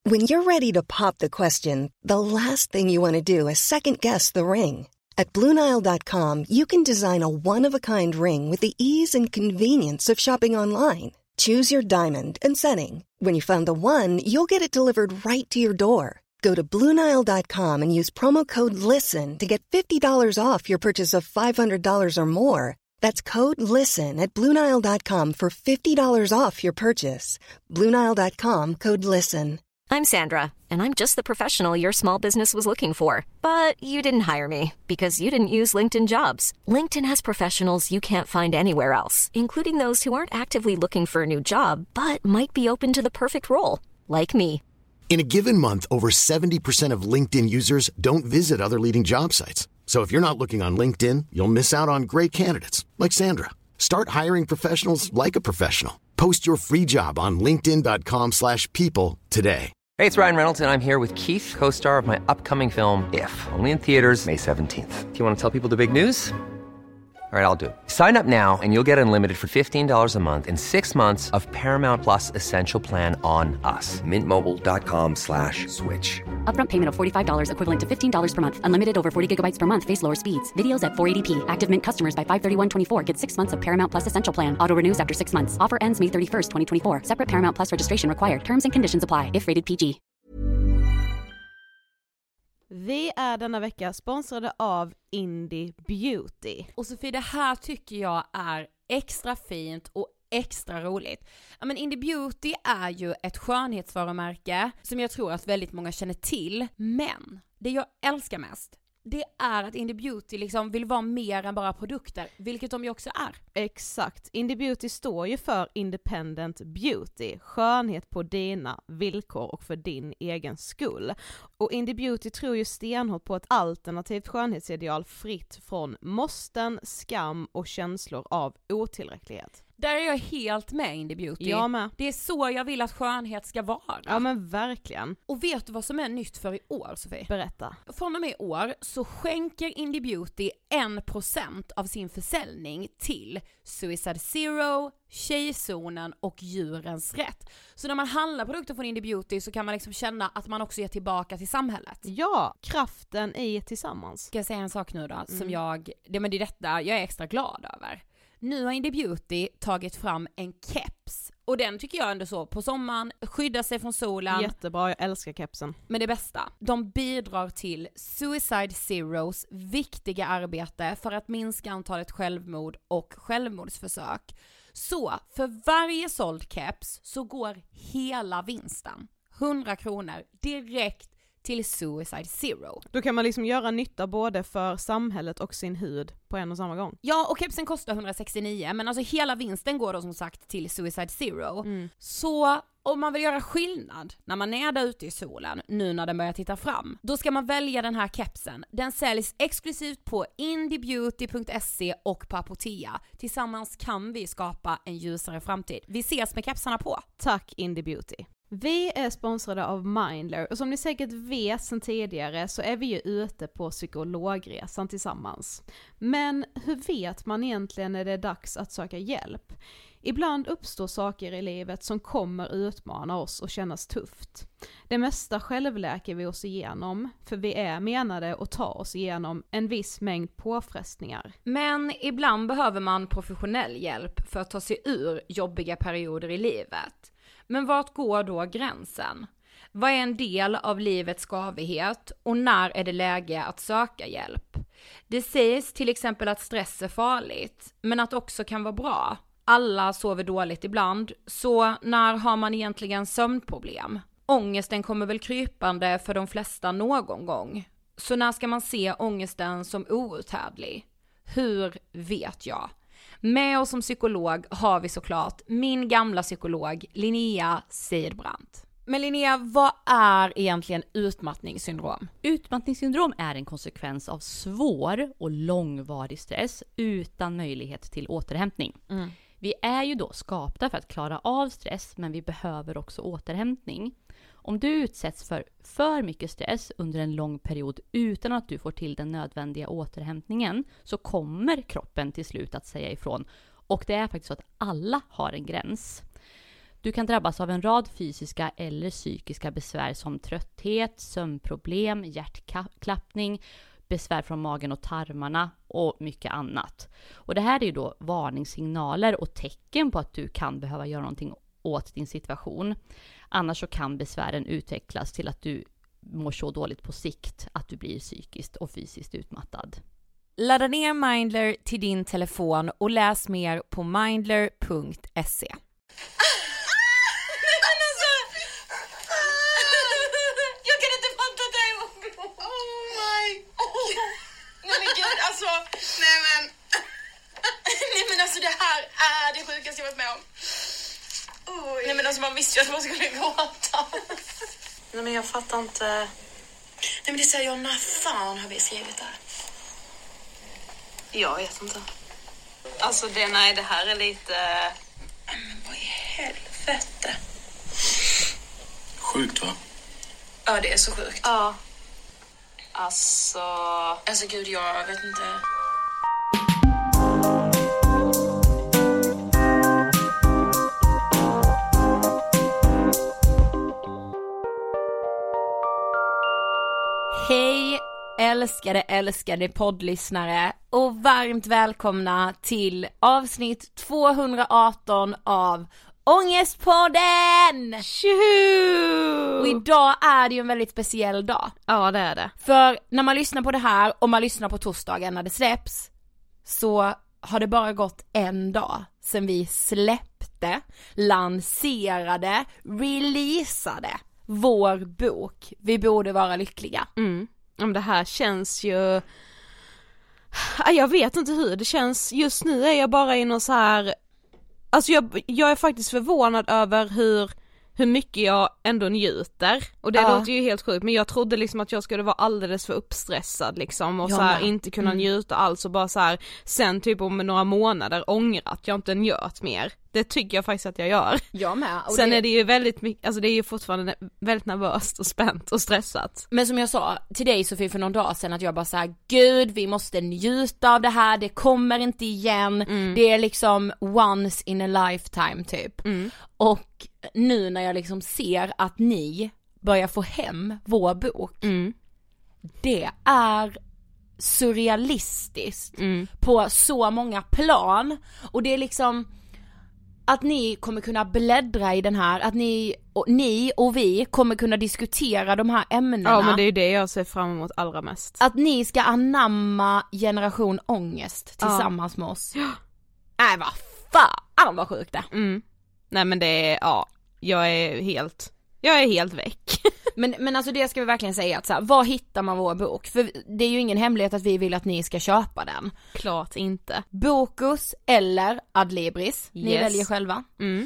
When you're ready to pop the question, the last thing you want to do is second-guess the ring. At BlueNile.com, you can design a one-of-a-kind ring with the ease and convenience of shopping online. Choose your diamond and setting. When you find the one, you'll get it delivered right to your door. Go to BlueNile.com and use promo code LISTEN to get $50 off your purchase of $500 or more. That's code LISTEN at BlueNile.com for $50 off your purchase. BlueNile.com, code LISTEN. I'm Sandra, and I'm just the professional your small business was looking for. But you didn't hire me because you didn't use LinkedIn Jobs. LinkedIn has professionals you can't find anywhere else, including those who aren't actively looking for a new job, but might be open to the perfect role, like me. In a given month, over 70% of LinkedIn users don't visit other leading job sites. So if you're not looking on LinkedIn, you'll miss out on great candidates like Sandra. Start hiring professionals like a professional. Post your free job on linkedin.com/people today. Hey, it's Ryan Reynolds, and I'm here with Keith, co-star of my upcoming film, If, only in theaters May 17th. Do you want to tell people the big news? All right, I'll do it. Sign up now and you'll get unlimited for $15 a month and 6 months of Paramount Plus Essential Plan on us. Mintmobile.com/switch. Upfront payment of $45 equivalent to $15 per month. Unlimited over 40 gigabytes per month. Face lower speeds. Videos at 480p. Active Mint customers by 531.24 get 6 months of Paramount Plus Essential Plan. Auto renews after 6 months. Offer ends May 31st, 2024. Separate Paramount Plus registration required. Terms and conditions apply if rated PG. Vi är denna vecka sponsrade av Indie Beauty. Och Sofie, det här tycker jag är extra fint och extra roligt. Ja, men Indie Beauty är ju ett skönhetsvarumärke som jag tror att väldigt många känner till. Men det jag älskar mest, det är att Indie Beauty liksom vill vara mer än bara produkter, vilket de ju också är. Exakt. Indie Beauty står ju för Independent Beauty. Skönhet på dina villkor och för din egen skull. Och Indie Beauty tror ju stenhårt på ett alternativt skönhetsideal fritt från måsten, skam och känslor av otillräcklighet. Där är jag helt med Indie Beauty. Jag med. Det är så jag vill att skönhet ska vara. Ja men verkligen. Och vet du vad som är nytt för i år, Sofie? Berätta. Från och med i år så skänker Indie Beauty 1% av sin försäljning till Suicide Zero, Tjejzonen och Djurens Rätt. Så när man handlar produkter från Indie Beauty så kan man liksom känna att man också ger tillbaka till samhället. Ja, kraften i tillsammans. Ska jag säga en sak nu då som det är detta jag är extra glad över. Nu har Indie Beauty tagit fram en keps. Och den tycker jag ändå så på sommaren, skydda sig från solen. Jättebra, jag älskar kepsen. Men det bästa, de bidrar till Suicide Zeros viktiga arbete för att minska antalet självmord och självmordsförsök. Så för varje såld keps så går hela vinsten, 100 kronor, direkt till Suicide Zero. Då kan man liksom göra nytta både för samhället och sin hud på en och samma gång. Ja, och kepsen kostar 169, men alltså hela vinsten går då som sagt till Suicide Zero. Så om man vill göra skillnad när man är där ute i solen, nu när den börjar titta fram, då ska man välja den här kepsen. Den säljs exklusivt på indiebeauty.se och på Apotea. Tillsammans kan vi skapa en ljusare framtid. Vi ses med kepsarna på. Tack Indie Beauty. Vi är sponsrade av Mindler och som ni säkert vet sedan tidigare så är vi ju ute på psykologresan tillsammans. Men hur vet man egentligen när det är dags att söka hjälp? Ibland uppstår saker i livet som kommer utmana oss och kännas tufft. Det mesta självläker vi oss igenom för vi är menade att ta oss igenom en viss mängd påfrestningar. Men ibland behöver man professionell hjälp för att ta sig ur jobbiga perioder i livet. Men vart går då gränsen? Vad är en del av livets skavighet och när är det läge att söka hjälp? Det sägs till exempel att stress är farligt, men att också kan vara bra. Alla sover dåligt ibland, så när har man egentligen sömnproblem? Ångesten kommer väl krypande för de flesta någon gång. Så när ska man se ångesten som outhärdlig? Hur vet jag? Med oss som psykolog har vi såklart min gamla psykolog Linnea Seidbrant. Men Linnea, vad är egentligen utmattningssyndrom? Utmattningssyndrom är en konsekvens av svår och långvarig stress utan möjlighet till återhämtning. Vi är ju då skapta för att klara av stress, men vi behöver också återhämtning. Om du utsätts för mycket stress under en lång period utan att du får till den nödvändiga återhämtningen så kommer kroppen till slut att säga ifrån. Och det är faktiskt så att alla har en gräns. Du kan drabbas av en rad fysiska eller psykiska besvär som trötthet, sömnproblem, hjärtklappning, besvär från magen och tarmarna och mycket annat. Och det här är ju då varningssignaler och tecken på att du kan behöva göra någonting åt din situation. Annars så kan besvären utvecklas till att du mår så dåligt på sikt att du blir psykiskt och fysiskt utmattad. Ladda ner Mindler till din telefon och läs mer på mindler.se. Jag kan inte fatta det. Oh my. Nej men gud, alltså. Nej men alltså det här är det sjukaste jag varit med om. Oj. Nej men alltså man visste ju att man skulle gråta. Nej men jag fattar inte. Nej men det säger jag, när fan har vi skrivit det här? Jag vet inte. Alltså det här är lite... Men vad i helvete? Sjukt va? Ja, det är så sjukt. Ja. Alltså gud, jag vet inte. Hej älskade poddlyssnare och varmt välkomna till avsnitt 218 av Ångestpodden! Tjuhu! Och idag är det ju en väldigt speciell dag. Ja, det är det. För när man lyssnar på det här och man lyssnar på torsdagen när det släpps, så har det bara gått en dag sedan vi släppte, lanserade, releasade vår bok Vi borde vara lyckliga. Om det här känns ju... Jag vet inte hur det känns. Just nu är jag bara i någon så här... Alltså jag är faktiskt förvånad över hur mycket jag ändå njuter. Och det låter ju helt sjukt, men jag trodde liksom att jag skulle vara alldeles för uppstressad liksom, och så här, inte kunna njuta alls, och bara så här, sen typ om några månader ångra att jag inte njöt mer. Det tycker jag faktiskt att jag gör. Jag med. Och sen är det ju väldigt mycket, alltså det är ju fortfarande väldigt nervöst och spänt och stressat. Men som jag sa till dig Sofie för någon dag sedan, att jag bara såhär, gud vi måste njuta av det här, det kommer inte igen, det är liksom once in a lifetime typ. Och nu när jag liksom ser att ni börjar få hem vår bok, det är surrealistiskt på så många plan. Och det är liksom att ni kommer kunna bläddra i den här, att ni och vi kommer kunna diskutera de här ämnena. Ja, men det är ju det jag ser fram emot allra mest. Att ni ska anamma generation ångest tillsammans med oss. Nej, vad fan vad sjukt det. Nej men det är, jag är helt väck. Men alltså det ska vi verkligen säga, att så här, var hittar man vår bok? För det är ju ingen hemlighet att vi vill att ni ska köpa den. Klart inte. Bokus eller Adlibris, ni väljer själva.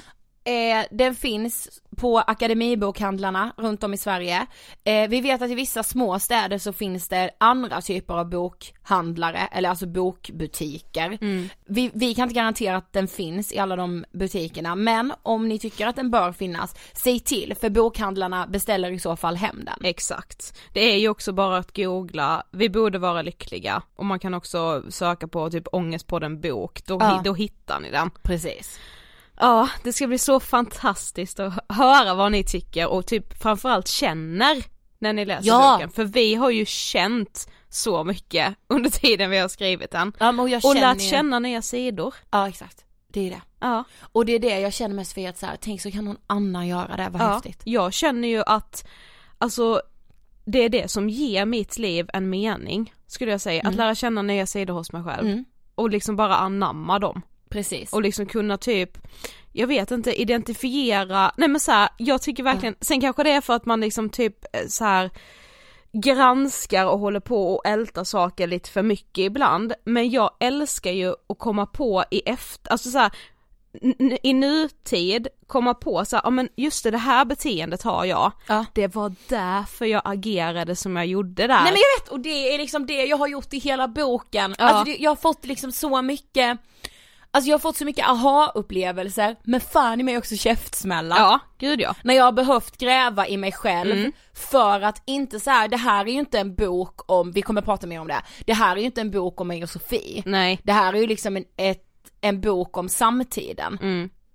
Den finns på akademibokhandlarna runt om i Sverige. Vi vet att i vissa små städer så finns det andra typer av bokhandlare, eller alltså bokbutiker. Vi kan inte garantera att den finns i alla de butikerna, men om ni tycker att den bör finnas, säg till, för bokhandlarna beställer i så fall hem den. Exakt. Det är ju också bara att googla Vi borde vara lyckliga, och man kan också söka på typ ångest på den bok, då hittar ni den. Precis. Ja, det ska bli så fantastiskt att höra vad ni tycker och typ framförallt känner när ni läser boken. För vi har ju känt så mycket under tiden vi har skrivit den. Och lärt känna nya sidor. Ja, exakt. Det är det. Ja. Och det är det jag känner mest för, att så här, tänk så kan någon annan göra det, vad häftigt. Jag känner ju att alltså, det är det som ger mitt liv en mening, skulle jag säga. Att lära känna nya sidor hos mig själv. Och liksom bara anamma dem. Precis. Och liksom kunna typ, jag vet inte, identifiera, nej men så här, jag tycker verkligen, sen kanske det är för att man liksom typ så här granskar och håller på och ältar saker lite för mycket ibland, men jag älskar ju att komma på alltså så här, i nutid komma på så här, ja men just det här beteendet har jag. Det var därför jag agerade som jag gjorde där. Nej men jag vet, och det är liksom det jag har gjort i hela boken. Alltså jag har fått liksom så mycket. Alltså jag har fått så mycket aha-upplevelser, men fan i mig också käftsmällar. Ja, gud ja. När jag har behövt gräva i mig själv för att inte så här, det här är ju inte en bok om, vi kommer prata mer om det. Det här är ju inte en bok om mig och Sofie. Nej. Det här är ju liksom en bok om samtiden.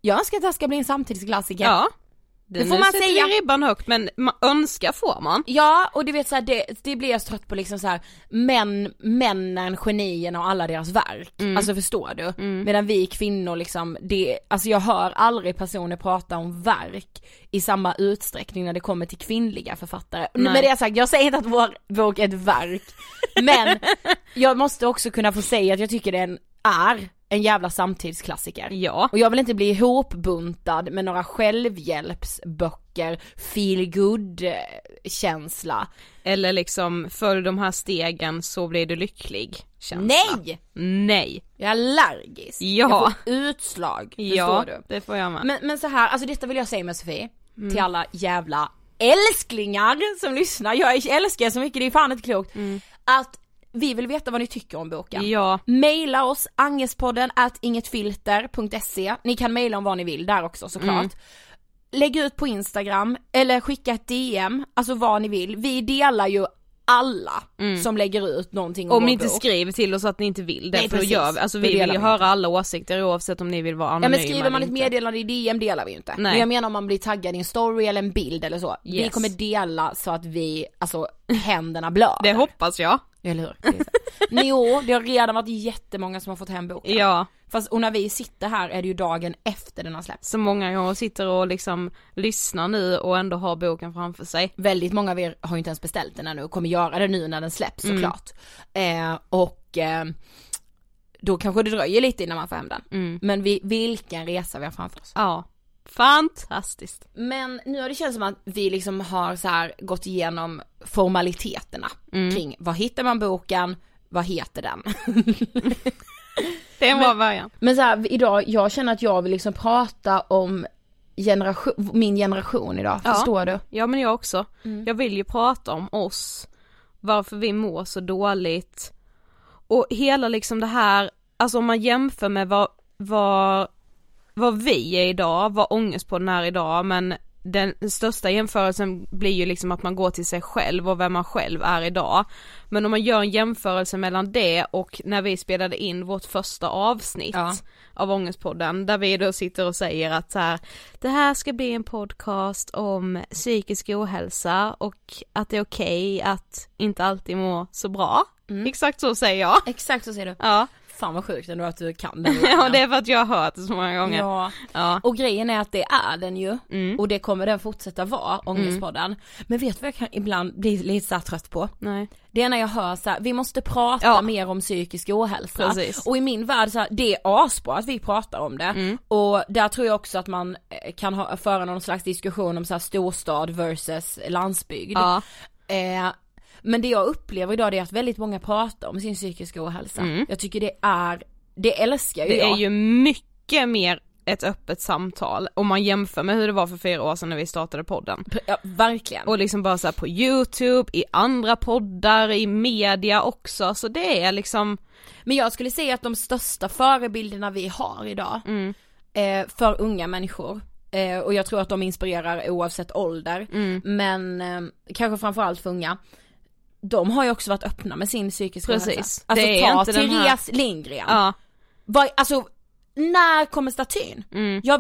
Jag önskar att det ska bli en samtidsklassiker. Ja. Det får man säga. Ribban högt, men önskar får man. Ja, och du vet så här, det blir jag så trött på liksom så här, männen, genierna och alla deras verk. Alltså förstår du? Medan vi kvinnor liksom, alltså jag hör aldrig personer prata om verk i samma utsträckning när det kommer till kvinnliga författare. Men det är sagt, jag säger inte att vår bok är ett verk. Men jag måste också kunna få säga att jag tycker den är en jävla samtidsklassiker. Ja. Och jag vill inte bli ihopbuntad med några självhjälpsböcker, feel good känsla. Eller liksom, följ de här stegen så blir du lycklig känsla. Nej! Jag är allergisk. Ja. Jag får utslag, förstår du? Det får jag med. Men så här, alltså detta vill jag säga med Sofie, till alla jävla älsklingar som lyssnar. Jag älskar så mycket, det är fan inte klokt. Att vi vill veta vad ni tycker om boken. Ja. Maila oss, angespodden@ingetfilter.se. Ni kan maila om vad ni vill där också såklart. Lägg ut på Instagram eller skicka ett DM, alltså vad ni vill. Vi delar ju alla som lägger ut någonting om ni vår inte bok. skriver till oss att ni inte vill det. Nej, för då gör vi, alltså vi vill ju höra alla åsikter oavsett om ni vill vara anonyma. Ja, men skriver man ett meddelande i DM delar vi ju inte. Men jag menar om man blir taggad i en story eller en bild eller så. Vi kommer dela så att vi, alltså händerna blöder. Det hoppas jag. Eller hur? Jo, det har redan varit jättemånga som har fått hem boken. Ja. Fast och när vi sitter här är det ju dagen efter den har släppts. Så många gånger sitter och liksom lyssnar nu och ändå har boken framför sig. Väldigt många av er har ju inte ens beställt den ännu och kommer göra det nu när den släpps såklart. Då kanske det dröjer lite innan man får hem den. Men vilken resa vi har framför oss. Ja. Fantastiskt. Men nu har det känts som att vi liksom har så här gått igenom formaliteterna kring vad hittar man boken, vad heter den? Det är en bra början. Men så här, idag, jag känner att jag vill liksom prata om min generation idag, förstår du? Ja, men jag också. Jag vill ju prata om oss, varför vi mår så dåligt och hela liksom det här, alltså om man jämför med vad vi är idag, vad Ångestpodden är idag, men den största jämförelsen blir ju liksom att man går till sig själv och vem man själv är idag. Men om man gör en jämförelse mellan det och när vi spelade in vårt första avsnitt av Ångestpodden, där vi då sitter och säger att så här, det här ska bli en podcast om psykisk ohälsa och att det är okej att inte alltid må så bra. Exakt så säger jag. Exakt så säger du. Ja. Fan vad sjukt ändå att du kan den. Ja, det är för att jag har hört det så många gånger. Ja. Och grejen är att det är den ju. Och det kommer den fortsätta vara, Ångestpodden. Men vet du vad jag kan ibland bli lite så trött på? Nej. Det är när jag hör så här, vi måste prata mer om psykisk ohälsa. Precis. Och i min värld så här, det är asbra att vi pratar om det. Och där tror jag också att man kan föra någon slags diskussion om så här storstad versus landsbygd. Ja. Men det jag upplever idag är att väldigt många pratar om sin psykiska ohälsa. Jag tycker det älskar jag. Det är ju mycket mer ett öppet samtal om man jämför med hur det var för 4 år sedan när vi startade podden. Ja, verkligen. Och liksom bara så här på YouTube, i andra poddar, i media också. Så det är liksom... Men jag skulle säga att de största förebilderna vi har idag för unga människor, och jag tror att de inspirerar oavsett ålder, men kanske framförallt för unga, de har ju också varit öppna med sin psykiska ohälsa. Precis. Alltså det är ta inte Therese Lindgren. Ja. Alltså när kommer statyn? Jag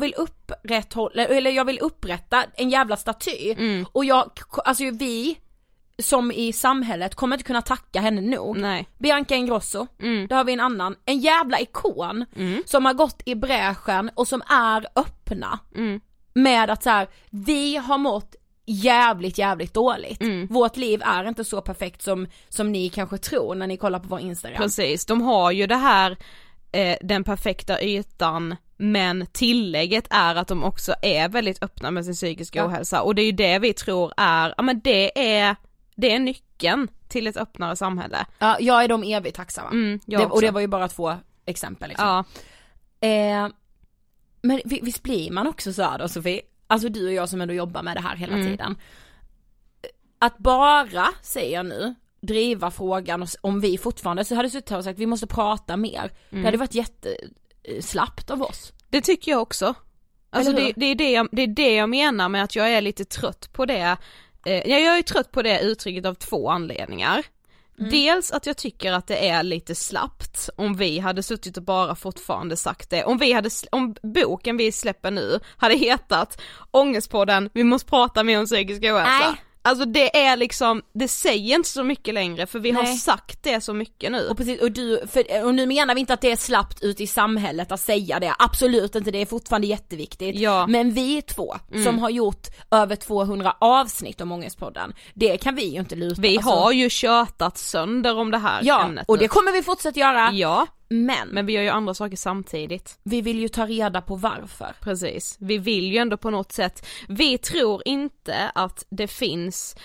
vill upprätta en jävla staty. Och vi som i samhället kommer inte kunna tacka henne nog. Nej. Bianca Ingrosso, där har vi en jävla ikon som har gått i bräschen och som är öppna med att så här, vi har mått jävligt dåligt. Vårt liv är inte så perfekt som ni kanske tror när ni kollar på vår Instagram. Precis, de har ju det här den perfekta ytan, men tillägget är att de också är väldigt öppna med sin psykiska ohälsa, och det är ju det vi tror är, men det är nyckeln till ett öppnare samhälle. Ja, jag är dem evigt tacksamma. Och det var ju bara 2 exempel liksom. Ja. Men visst blir man också så här då, Sofie? Alltså du och jag som ändå jobbar med det här hela tiden. Att bara, säger jag nu, driva frågan om vi fortfarande så hade suttit här och sagt vi måste prata mer. Det hade varit jätteslappt av oss. Det tycker jag också. Alltså det är det jag menar med att jag är lite trött på det. Jag är trött på det uttrycket av 2 anledningar. Dels att jag tycker att det är lite slappt om vi hade suttit och bara fortfarande sagt det. Om boken vi släpper nu hade hetat Ångestpåden, vi måste prata mer om psykisk ohälsa. Nej. Alltså det är liksom, det säger inte så mycket längre för vi har sagt det så mycket nu. Och precis, och nu menar vi inte att det är slappt ut i samhället att säga det, absolut inte, det är fortfarande jätteviktigt. Ja. Men vi två som har gjort över 200 avsnitt om Ångestpodden, det kan vi ju inte luta. Vi har ju tjötat sönder om det här ämnet och det kommer vi fortsätta göra. Ja. Men vi gör ju andra saker samtidigt. Vi vill ju ta reda på varför. Precis, vi vill ju ändå på något sätt. Vi tror inte att det finns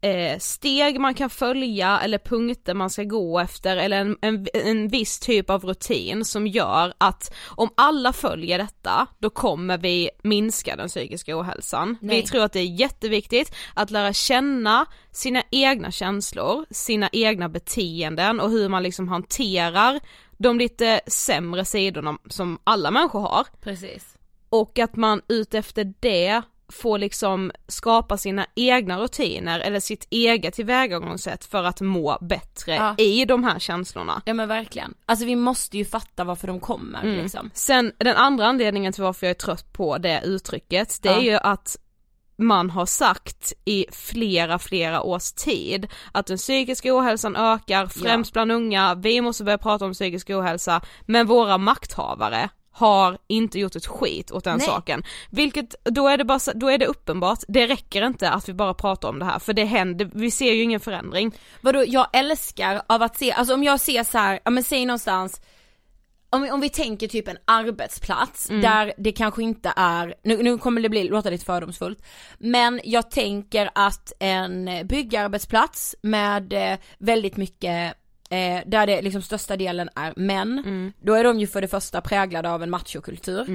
steg man kan följa eller punkter man ska gå efter eller en viss typ av rutin som gör att om alla följer detta då kommer vi minska den psykiska ohälsan. Vi tror att det är jätteviktigt att lära känna sina egna känslor, sina egna beteenden och hur man liksom hanterar de lite sämre sidorna som alla människor har. Precis. Och att man utefter det får liksom skapa sina egna rutiner eller sitt eget tillvägagångssätt för att må bättre i de här känslorna. Ja men verkligen. Alltså vi måste ju fatta varför de kommer liksom. Sen den andra anledningen till varför jag är trött på det uttrycket, det är ju att man har sagt i flera års tid att den psykiska ohälsan ökar främst bland unga, vi måste börja prata om psykisk ohälsa, men våra makthavare har inte gjort ett skit åt den saken. Vilket då är det uppenbart, det räcker inte att vi bara pratar om det här för det händer, vi ser ju ingen förändring. Vadå, jag älskar av att se, alltså om jag ser så här, ja men säg någonstans om vi tänker typ en arbetsplats där det kanske inte är, nu kommer det låta lite fördomsfullt, men jag tänker att en byggarbetsplats med väldigt mycket där det liksom största delen är män, då är de ju för det första präglade av en machokultur.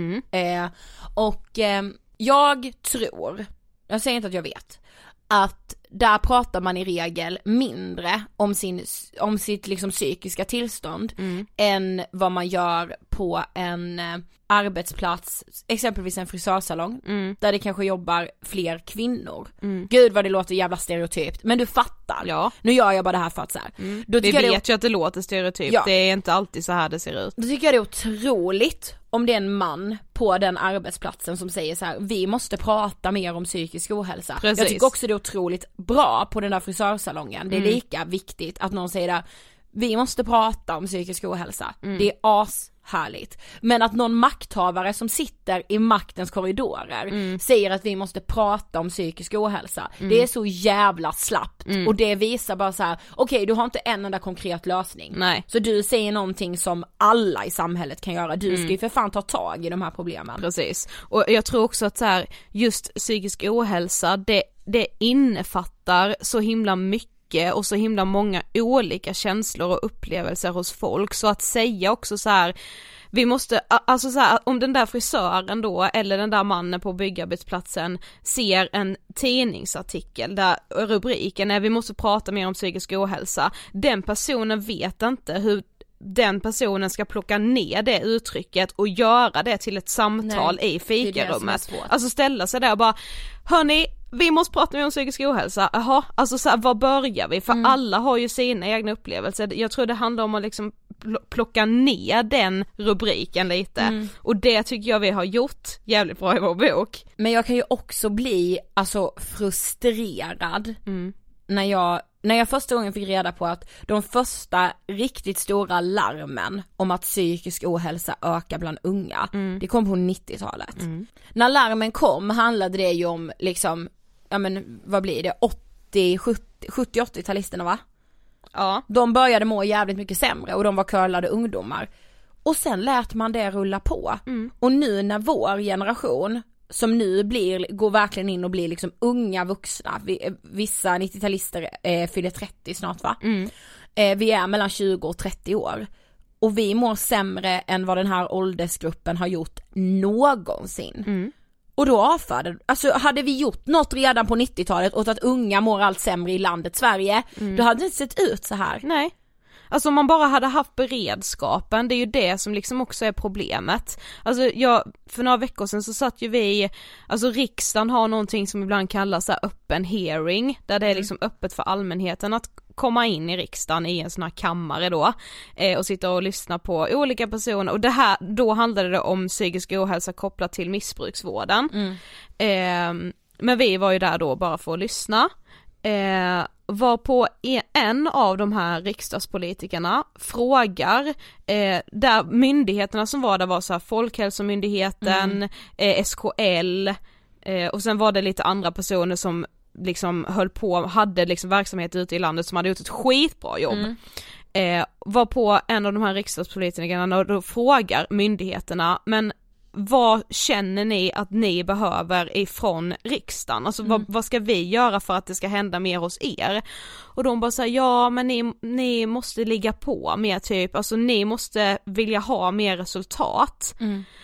Jag tror, jag säger inte att jag vet, att där pratar man i regel mindre om sitt liksom psykiska tillstånd än vad man gör på en arbetsplats, exempelvis en frisörsalong där det kanske jobbar fler kvinnor. Gud vad det låter jävla stereotypt, men du fattar. Ja. Nu gör jag bara det här för att så här. Vi vet ju att det låter stereotypt, det är inte alltid så här det ser ut. Då tycker jag det är otroligt om det är en man på den arbetsplatsen som säger så här: vi måste prata mer om psykisk ohälsa. Precis. Jag tycker också det är otroligt bra på den där frisörsalongen. Det är lika viktigt att någon säger där, vi måste prata om psykisk ohälsa. Det är ashärligt. Men att någon makthavare som sitter i maktens korridorer säger att vi måste prata om psykisk ohälsa, det är så jävla slappt. Och det visar bara så här: okej, du har inte en enda konkret lösning. Nej. Så du säger någonting som alla i samhället kan göra. Du ska ju för fan ta tag i de här problemen. Precis. Och jag tror också att så här, just psykisk ohälsa, det innefattar så himla mycket och så himla många olika känslor och upplevelser hos folk, så att säga också så här, vi måste, alltså så här, om den där frisören då eller den där mannen på byggarbetsplatsen ser en tidningsartikel där rubriken är vi måste prata mer om psykisk ohälsa, den personen vet inte hur den personen ska plocka ner det uttrycket och göra det till ett samtal i fikarummet. Alltså ställa sig där och bara, hörni, vi måste prata mer om psykisk ohälsa. Jaha, alltså så här, var börjar vi? För alla har ju sina egna upplevelser. Jag tror det handlar om att liksom plocka ner den rubriken lite. Och det tycker jag vi har gjort jävligt bra i vår bok. Men jag kan ju också bli alltså frustrerad när jag första gången fick reda på att de första riktigt stora larmen om att psykisk ohälsa ökar bland unga, det kom på 90-talet. När larmen kom handlade det ju om liksom, ja men vad blir det, 70-80-talisterna va? Ja. De började må jävligt mycket sämre och de var curlade ungdomar. Och sen lät man det rulla på. Och nu när vår generation som nu går verkligen in och blir liksom unga vuxna. Vissa 90-talister fyller 30 snart va? Vi är mellan 20 och 30 år. Och vi mår sämre än vad den här åldersgruppen har gjort någonsin. Och då avfärdade, alltså hade vi gjort något redan på 90-talet åt att unga mår allt sämre i landet Sverige, då hade det inte sett ut så här. Nej. Alltså om man bara hade haft beredskapen, det är ju det som liksom också är problemet. Alltså för några veckor sedan så satt ju vi, alltså riksdagen har någonting som ibland kallas så här öppen hearing, där det är liksom öppet för allmänheten att komma in i riksdagen i en sån här kammare då och sitta och lyssna på olika personer, och då handlade det om psykisk ohälsa kopplat till missbruksvården. Men vi var ju där då bara för att lyssna. Var på en av de här riksdagspolitikerna frågar där myndigheterna som var där var så här Folkhälsomyndigheten, SKL och sen var det lite andra personer som liksom hade liksom verksamhet ute i landet som hade gjort ett skitbra jobb. Var på en av de här riksdagspolitikerna och då frågar myndigheterna, men vad känner ni att ni behöver ifrån riksdagen? Alltså vad ska vi göra för att det ska hända mer hos er? Och de bara säger, ja men ni måste ligga på mer typ, alltså ni måste vilja ha mer resultat.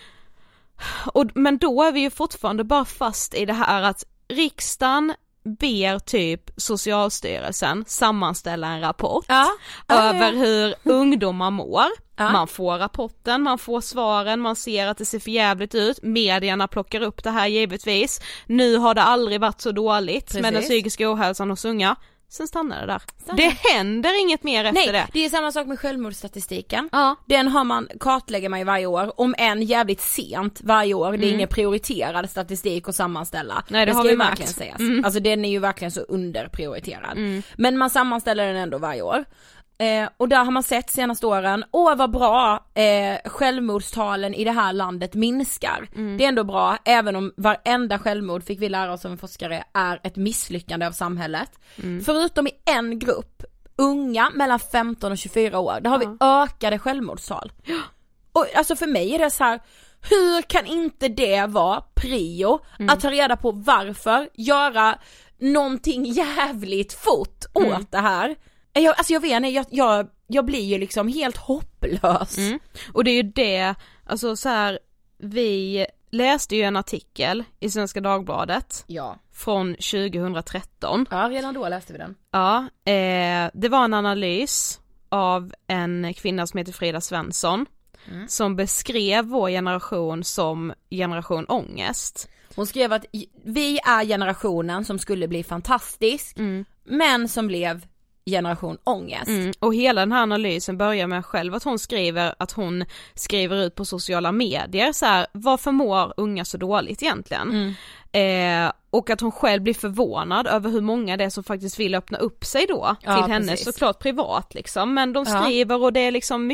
Men då är vi ju fortfarande bara fast i det här att riksdagen ber typ Socialstyrelsen sammanställa en rapport över hur ungdomar mår. Man får rapporten, man får svaren, man ser att det ser för jävligt ut, medierna plockar upp det här givetvis. Nu har det aldrig varit så dåligt med den psykiska ohälsan hos unga. Sen stannar det där. Det händer inget mer efter det. Det är samma sak med självmordsstatistiken. Den kartlägger man ju varje år, om än jävligt sent varje år. Det är ingen prioriterad statistik att sammanställa. Nej, det har vi verkligen sägas. Alltså den är ju verkligen så underprioriterad. Men man sammanställer den ändå varje år. Och där har man sett senaste åren, vad bra självmordstalen i det här landet minskar. Det är ändå bra, även om varenda självmord, fick vi lära oss som forskare, är ett misslyckande av samhället. Förutom i en grupp, unga mellan 15 och 24 år, där har vi ökade självmordstal. Och alltså för mig är det så här, hur kan inte det vara prio att ta reda på varför, göra någonting jävligt fort åt det här. Jag vet inte, jag blir ju liksom helt hopplös. Och det är ju det, alltså så här, vi läste ju en artikel i Svenska Dagbladet från 2013. Ja, redan då läste vi den. Ja, det var en analys av en kvinna som heter Frida Svensson som beskrev vår generation som generation ångest. Hon skrev att vi är generationen som skulle bli fantastisk, men som blev generation ångest. Och hela den här analysen börjar med själv att hon skriver ut på sociala medier så här, varför mår unga så dåligt egentligen? Och att hon själv blir förvånad över hur många det är som faktiskt vill öppna upp sig då till henne, såklart privat liksom, men de skriver och det är liksom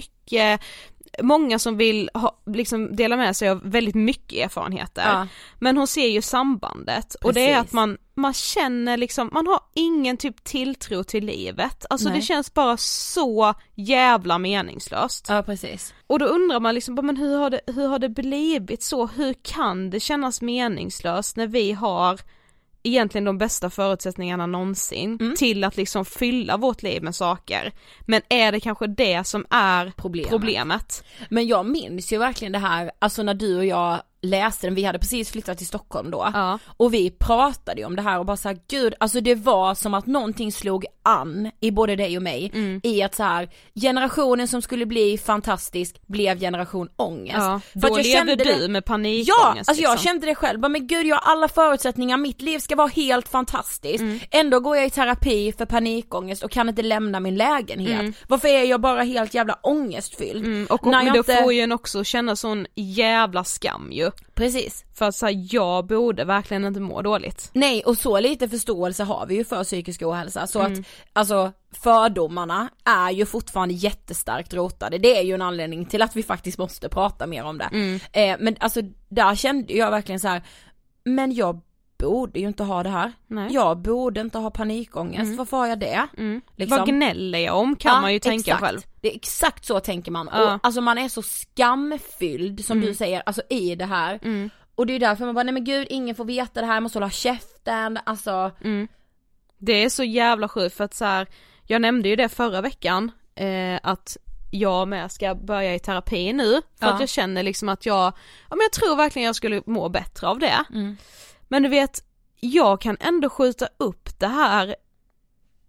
många som vill liksom dela med sig av väldigt mycket erfarenheter. Men hon ser ju sambandet. Och det är att man känner liksom, man har ingen typ tilltro till livet. Alltså det känns bara så jävla meningslöst. Ja, precis. Och då undrar man liksom, men hur har det blivit så? Hur kan det kännas meningslöst när vi har egentligen de bästa förutsättningarna någonsin till att liksom fylla vårt liv med saker? Men är det kanske det som är problemet? Men jag minns ju verkligen det här, alltså när du och jag läste den, vi hade precis flyttat till Stockholm då, och vi pratade ju om det här och bara så här, gud, alltså det var som att någonting slog an i både dig och mig, i att så här, generationen som skulle bli fantastisk blev generation ångest. För då levde du med panikångest. Ja, alltså jag kände det själv, men gud, jag har alla förutsättningar, mitt liv ska vara helt fantastiskt, ändå går jag i terapi för panikångest och kan inte lämna min lägenhet. Varför är jag bara helt jävla ångestfylld? Och men då får ju en också känna sån jävla skam ju. Precis. För att så här, jag borde verkligen inte må dåligt. Nej, och så lite förståelse har vi ju för psykisk ohälsa. Så att, alltså, fördomarna är ju fortfarande jättestarkt rotade. Det är ju en anledning till att vi faktiskt måste prata mer om det. Men alltså, där kände jag verkligen så här, men jag borde ju inte ha det här. Nej. Jag borde inte ha panikångest. Varför har jag det? Liksom. Vad gnäller jag om, kan man ju tänka själv. Det är exakt så tänker man. Och, alltså man är så skamfylld som du säger, alltså i det här. Och det är därför man bara, nej men gud, ingen får veta det här, jag måste hålla käften. Alltså. Det är så jävla sjukt, för att så här, jag nämnde ju det förra veckan, att jag med ska börja i terapi nu. För att jag känner liksom att jag tror verkligen jag skulle må bättre av det. Men du vet, jag kan ändå skjuta upp det här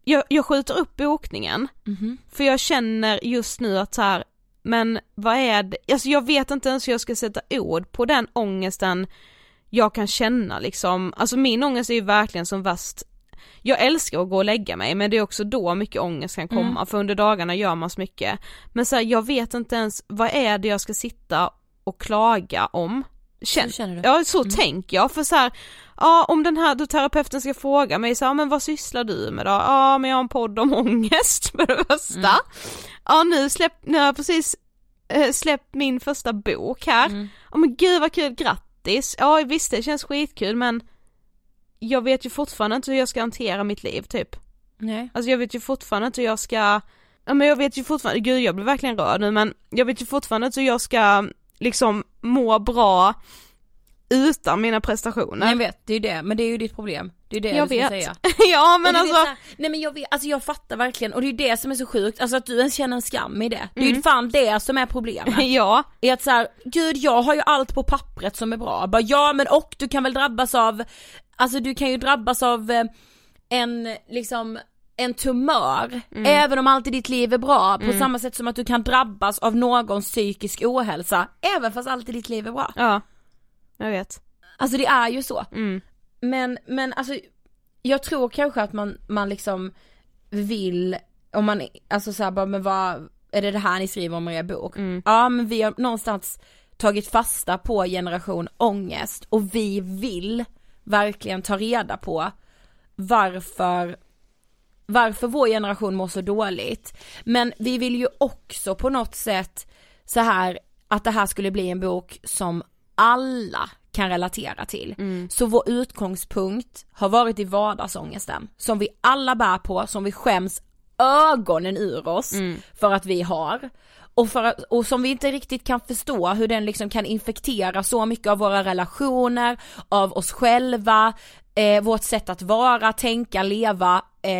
jag skjuter upp bokningen. För jag känner just nu att så här, men vad är det? Alltså jag vet inte ens hur jag ska sätta ord på den ångesten jag kan känna liksom. Alltså min ångest är ju verkligen som värst. Jag älskar att gå och lägga mig, men det är också då mycket ångest kan komma, för under dagarna gör man så mycket. Men så här, jag vet inte ens, vad är det jag ska sitta och klaga om? Känner du? Ja, så tänker jag, för så här, ja, om den här terapeuten ska fråga mig så här, men vad sysslar du med då? Ja, men jag har en podd om ångest för det första. Ja, nu har jag precis släppt min första bok här. Ja, men gud vad kul, grattis. Ja, visst det känns skitkul, men jag vet ju fortfarande inte hur jag ska hantera mitt liv typ. Nej. Alltså jag vet ju fortfarande inte hur jag ska, ja men jag vet ju fortfarande, gud jag blir verkligen rörd nu, men jag vet ju fortfarande inte hur jag ska liksom må bra utan mina prestationer. Jag vet, det är ju det, men det är ju ditt problem. Det är det jag du ska vet. säga. Ja, men alltså här, nej men jag vet, alltså jag fattar verkligen, och det är ju det som är så sjukt, alltså att du ens känner en skam i det. Det är ju fan det som är problemet. Ja. Är att så här, gud jag har ju allt på pappret som är bra. Bara, ja men och du kan väl drabbas av, alltså du kan ju drabbas av en tumör, även om allt i ditt liv är bra, på samma sätt som att du kan drabbas av någons psykisk ohälsa, även fast allt i ditt liv är bra. Ja, jag vet. Alltså det är ju så. Men alltså jag tror kanske att man liksom vill, om man, alltså såhär bara, men vad är det här ni skriver om i er bok? Ja, men vi har någonstans tagit fasta på generation ångest, och vi vill verkligen ta reda på varför vår generation mår så dåligt. Men vi vill ju också på något sätt så här, att det här skulle bli en bok som alla kan relatera till. Så vår utgångspunkt har varit i vardagsångesten, som vi alla bär på, som vi skäms ögonen ur oss för att vi har, och som vi inte riktigt kan förstå hur den liksom kan infektera så mycket av våra relationer, av oss själva, vårt sätt att vara, tänka, leva.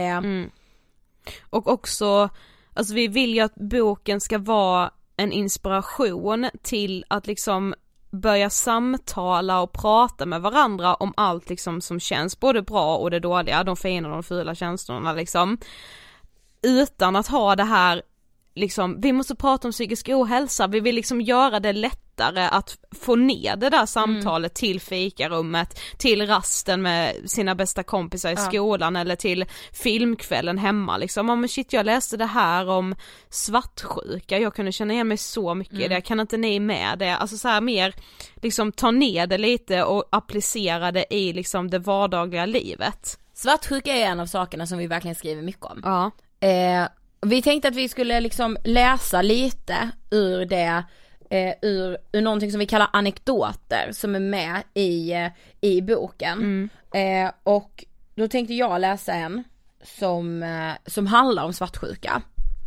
Och också, alltså vi vill ju att boken ska vara en inspiration till att liksom börja samtala och prata med varandra om allt liksom som känns, både bra och det dåliga, de fina och de fula känslorna liksom, utan att ha det här liksom, vi måste prata om psykisk ohälsa. Vi vill liksom göra det lättare att få ner det där samtalet till fikarummet, till rasten med sina bästa kompisar i skolan, eller till filmkvällen hemma liksom. Men shit, jag läste det här om svartsjuka, jag kunde känna igen mig så mycket i det, kan inte ni med det? Alltså så här, mer liksom ta ner det lite och applicera det i liksom det vardagliga livet. Svartsjuka är en av sakerna som vi verkligen skriver mycket om. Ja. Vi tänkte att vi skulle liksom läsa lite ur det, ur någonting som vi kallar anekdoter som är med i boken. Och då tänkte jag läsa en som handlar om svartsjuka.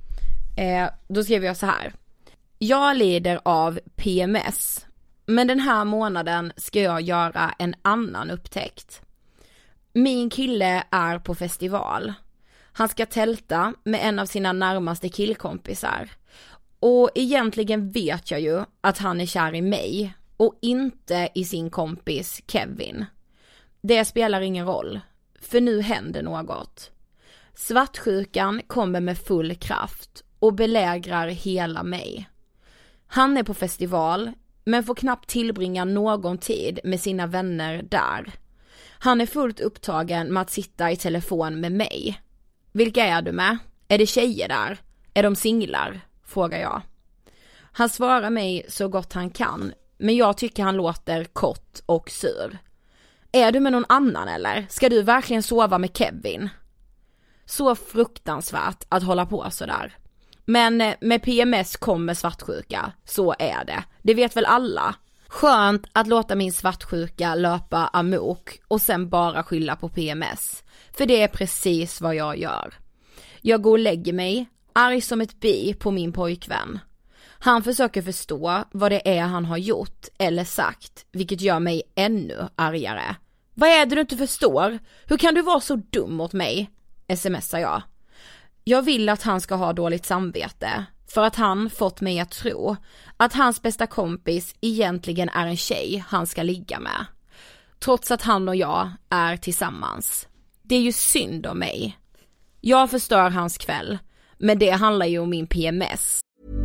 Då skrev jag så här: jag lider av PMS, men den här månaden ska jag göra en annan upptäckt. Min kille är på festival. Han ska tälta med en av sina närmaste killkompisar. Och egentligen vet jag ju att han är kär i mig och inte i sin kompis Kevin. Det spelar ingen roll, för nu händer något. Svartsjukan kommer med full kraft och belägrar hela mig. Han är på festival, men får knappt tillbringa någon tid med sina vänner där. Han är fullt upptagen med att sitta i telefon med mig. Vilka är du med? Är det tjejer där? Är de singlar? Frågar jag. Han svarar mig så gott han kan, men jag tycker han låter kort och sur. Är du med någon annan eller? Ska du verkligen sova med Kevin? Så fruktansvärt att hålla på så där. Men med PMS kommer svartsjuka, så är det. Det vet väl alla. Skönt att låta min svartsjuka löpa amok och sen bara skylla på PMS. För det är precis vad jag gör. Jag går och lägger mig, arg som ett bi på min pojkvän. Han försöker förstå vad det är han har gjort eller sagt, vilket gör mig ännu argare. Vad är det du inte förstår? Hur kan du vara så dum mot mig? Smsar jag. Jag vill att han ska ha dåligt samvete, för att han fått mig att tro att hans bästa kompis egentligen är en tjej han ska ligga med. Trots att han och jag är tillsammans. Det är ju synd om mig. Jag förstör hans kväll, men det handlar ju om min PMS.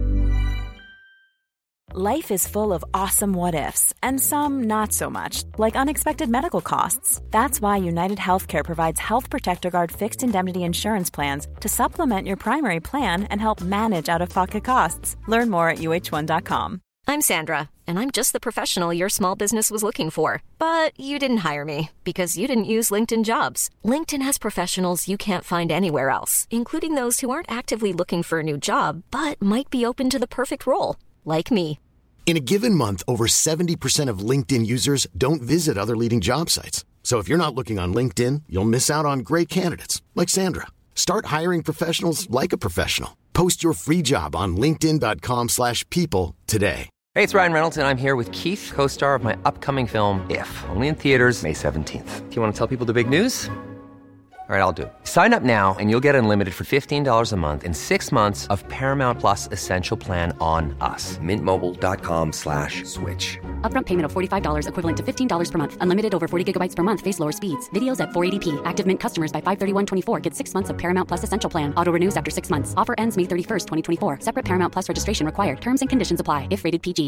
Life is full of awesome what-ifs, and some not so much, like unexpected medical costs. That's why United Healthcare provides Health Protector Guard fixed indemnity insurance plans to supplement your primary plan and help manage out-of-pocket costs. Learn more at uh1.com. I'm Sandra, and I'm just the professional your small business was looking for. But you didn't hire me because you didn't use LinkedIn Jobs. LinkedIn has professionals you can't find anywhere else, including those who aren't actively looking for a new job, but might be open to the perfect role, like me. In a given month, over 70% of LinkedIn users don't visit other leading job sites. So if you're not looking on LinkedIn, you'll miss out on great candidates like Sandra. Start hiring professionals like a professional. Post your free job on linkedin.com/people today. Hey, it's Ryan Reynolds, and I'm here with Keith, co-star of my upcoming film, If, only in theaters May 17th. Do you want to tell people the big news? All right, I'll do it. Sign up now and you'll get unlimited for $15 a month and 6 months of Paramount Plus Essential Plan on us. Mintmobile.com/switch. Upfront payment of $45 equivalent to $15 per month. Unlimited over 40 gigabytes per month. Face lower speeds. Videos at 480p. Active Mint customers by 531.24 get 6 months of Paramount Plus Essential Plan. Auto renews after 6 months. Offer ends May 31st, 2024. Separate Paramount Plus registration required. Terms and conditions apply if rated PG.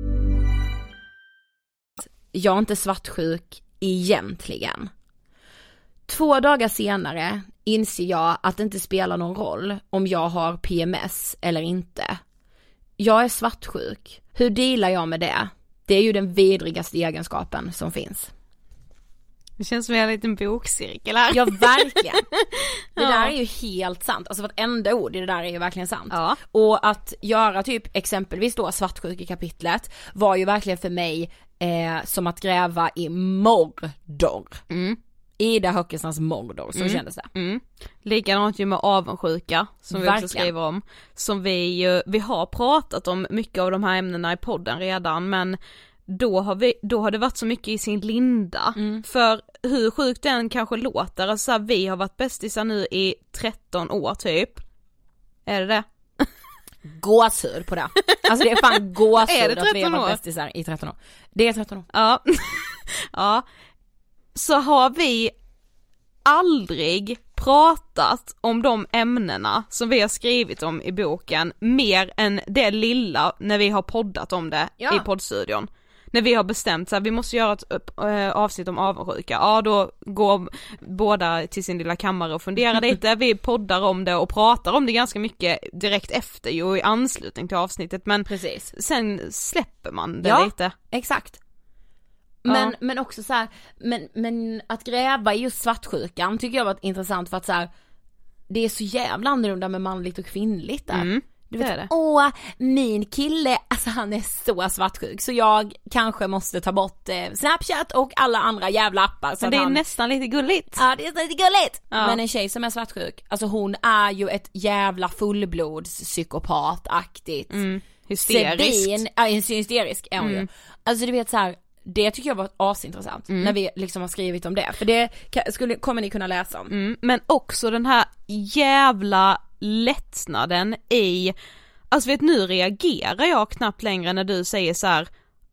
Jag är inte svartsjuk egentligen. 2 dagar senare inser jag att det inte spelar någon roll om jag har PMS eller inte. Jag är svartsjuk. Hur dealar jag med det? Det är ju den vidrigaste egenskapen som finns. Det känns som en liten bokcirkel här. Ja, verkligen. Det där är ju helt sant. Alltså vartenda ord i det där är ju verkligen sant. Ja. Och att göra typ exempelvis då svartsjuk i kapitlet var ju verkligen för mig som att gräva i Mordor. Ida Höckestrands Mordor, så kändes det. Likadant ju med avundsjuka som vi också skriver om. Som vi har pratat om mycket av de här ämnena i podden redan, men då har det varit så mycket i sin linda. För hur sjukt den kanske låter, alltså vi har varit bästisar nu i 13 år typ. Är det? Gåshud på det. Alltså det är fan gåshud är det att vi har varit bästisar i 13 år. Det är 13 år. Ja. Ja. Så har vi aldrig pratat om de ämnena som vi har skrivit om i boken mer än det lilla när vi har poddat om det i poddstudion. När vi har bestämt så här, vi måste göra ett avsnitt om avundsjuka. Ja, då går båda till sin lilla kammare och funderar lite. Vi poddar om det och pratar om det ganska mycket direkt efter ju i anslutning till avsnittet. Men precis. Sen släpper man det lite. Exakt. Men också så här, men att gräva i just svartsjukan tycker jag var intressant för att så här, det är så jävla annorlunda med manligt och kvinnligt där. Du vet, min kille, alltså han är så svartsjuk så jag kanske måste ta bort Snapchat och alla andra jävla appar. Så men det är nästan lite gulligt. Ja, det är lite gulligt. Ja. Men en tjej som är svartsjuk, alltså hon är ju ett jävla fullblods psykopataktigt. Hysteriskt. Hysterisk är hon ju. Alltså du vet så här, det tycker jag var asintressant när vi liksom har skrivit om det. För det kommer ni kunna läsa om. Men också den här jävla lättnaden i, alltså vet, nu reagerar jag knappt längre när du säger så här,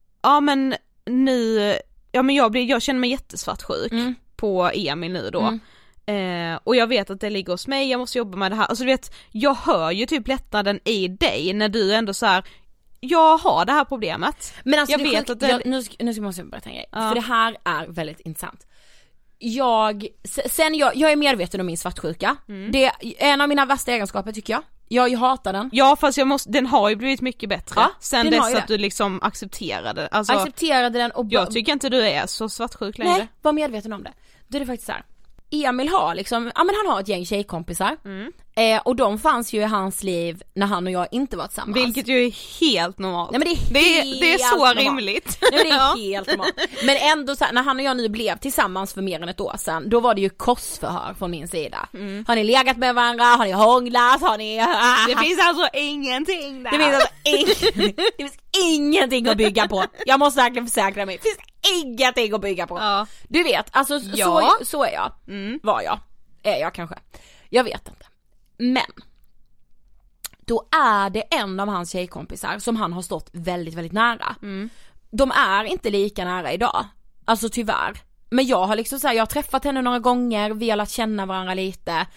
jag känner mig jättesvartsjuk på Emil nu då. Och jag vet att det ligger hos mig, jag måste jobba med det här. Alltså du vet, jag hör ju typ lättnaden i dig när du ändå så här, jag har det här problemet. Men alltså jag vet att det... nu måste jag berätta en grej. För det här är väldigt intressant. Jag är medveten om min svartsjuka. Det är en av mina värsta egenskaper tycker jag. Jag hatar den. Ja, fast den har ju blivit mycket bättre sen dess att du liksom accepterade. Alltså, accepterade den och jag tycker inte du är så svartsjuk längre. Nej, var medveten om det. Då är det faktiskt så här. Emil har liksom, han har ett gäng tjejkompisar. Och de fanns ju i hans liv när han och jag inte var tillsammans. Vilket ju är helt normalt. Nej, men det är så normalt. Rimligt. Nej, men det är helt normalt. Men ändå så här, när han och jag nu blev tillsammans för mer än ett år sedan, då var det ju korsförhör från min sida. Har ni legat med varandra? Har ni hånglat? Har ni... Det finns alltså ingenting där. Det finns ingenting att bygga på. Jag måste verkligen försäkra mig. Det finns ingenting att bygga på. Ja. Du vet, alltså så är jag. Var jag. Är jag kanske. Jag vet inte. Men då är det en av hans tjejkompisar som han har stått väldigt, väldigt nära. De är inte lika nära idag. Alltså tyvärr. Men jag har liksom så här, jag har träffat henne några gånger, vi har lärt känna varandra lite.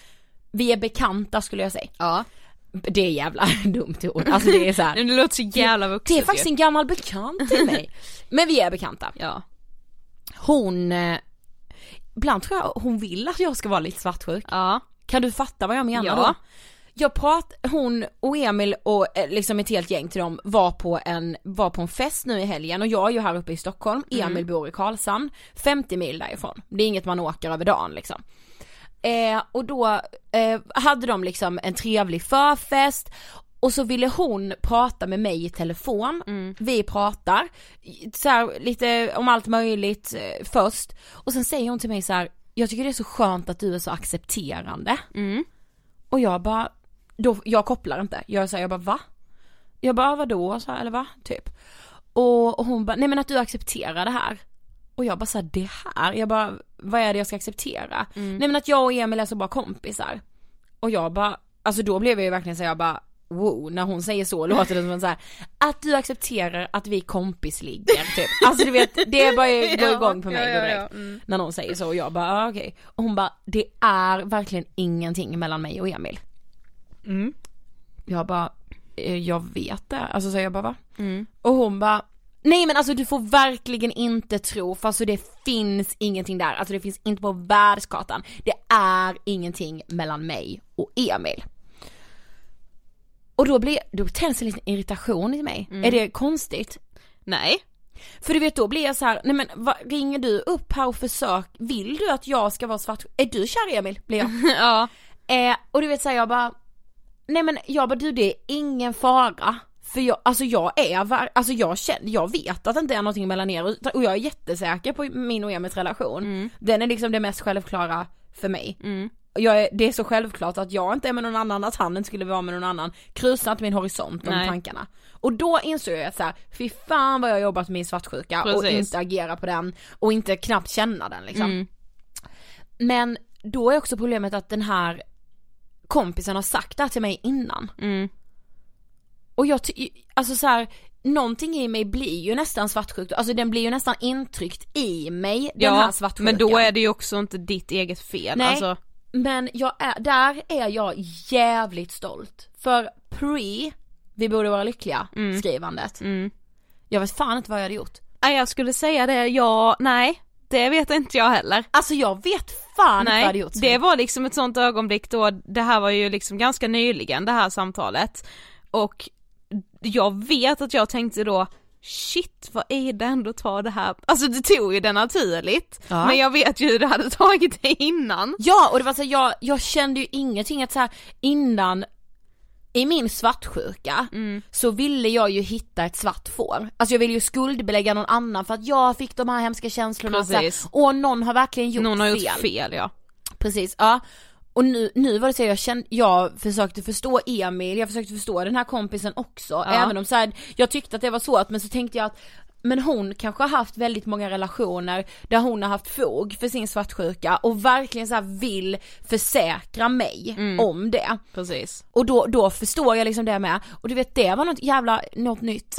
vi är bekanta skulle jag säga. Ja. Det är jävla dumt ord. Alltså det är så här. Det låter så jävla vuxet. Det är faktiskt en gammal bekant till mig. Men vi är bekanta. Ja. Hon ibland tror jag hon vill att jag ska vara lite svartsjuk. Ja. Kan du fatta vad jag menar Ja. då? Hon och Emil och liksom ett helt gäng till dem var på en fest nu i helgen, och jag är ju här uppe i Stockholm. Emil bor i Karlshamn, 50 mil därifrån. Det är inget man åker över dagen liksom. Och då hade de liksom en trevlig förfest, och så ville hon prata med mig i telefon. Vi pratar så här, lite om allt möjligt först, och sen säger hon till mig så här: jag tycker det är så skönt att du är så accepterande. Och jag bara, jag kopplar inte. Jag bara, va? Jag bara, vadå? Så här, eller va? Typ. Och hon bara, nej men att du accepterar det här. Och jag bara, så här, det här? Jag bara, vad är det jag ska acceptera? Nej men att jag och Emil är så bra kompisar. Och jag bara, alltså då blev jag ju verkligen så, jag bara, wow, när hon säger så låter det som så här, att du accepterar att vi kompisligger typ. Alltså du vet, det är bara går igång på mig direkt. När någon säger så, och jag bara, okej. Och hon bara, det är verkligen ingenting mellan mig och Emil. Jag bara, jag vet det. Alltså så jag bara, va? Och hon bara, nej men alltså du får verkligen inte tro, för alltså det finns ingenting där. Alltså det finns inte på världskartan. Det är ingenting mellan mig och Emil. Och då tänds en liten irritation i mig. Är det konstigt? Nej. För du vet, då blir jag så här, nej men ringer du upp här och vill du att jag ska vara svart? Är du kär Emil? Blir jag. Ja. Och du vet så här, jag bara, nej men jag bara, du, det är ingen fara. För jag vet att det inte är någonting mellan er, och jag är jättesäker på min och Emils relation. Den är liksom det mest självklara för mig. Det är så självklart att jag inte är med någon annan, att han inte skulle vara med någon annan. Krusar inte min horisont om tankarna. Och då insåg jag att så här, fy fan vad jag jobbat med min svartsjuka. Precis. Och inte agera på den, och inte knappt känna den liksom. Men då är också problemet att den här kompisen har sagt det här till mig innan. Och jag alltså så här, någonting i mig blir ju nästan svartsjukt. Alltså den blir ju nästan intryckt i mig, den här svartsjukan. Men då är det ju också inte ditt eget fel. Nej, alltså. Men där är jag jävligt stolt. För vi borde vara lyckliga, skrivandet. Jag vet fan inte vad jag hade gjort. Jag skulle säga det, nej, det vet inte jag heller. Alltså jag vet fan inte vad jag hade gjort. Det var liksom ett sånt ögonblick då, det här var ju liksom ganska nyligen, det här samtalet. Och jag vet att jag tänkte då, shit, vad är det ändå att ta det här? Alltså det tog ju det naturligt, men jag vet ju hur det hade tagit det innan. Ja, och det var så jag kände ju ingenting att så här, innan i min svartsjuka så ville jag ju hitta ett svart får. Alltså jag ville ju skuldbelägga någon annan för att jag fick de här hemska känslorna. Precis. Så här, och någon har verkligen gjort fel. Någon har gjort fel, ja. Precis, ja. Och nu var det så jag försökte förstå Emil, jag försökte förstå den här kompisen också, även om så här, jag tyckte att det var svårt, men så tänkte jag att men hon kanske har haft väldigt många relationer där hon har haft fog för sin svartsjuka och verkligen så här vill försäkra mig om det. Precis. Och då förstår jag liksom det med. Och du vet, det var något nytt.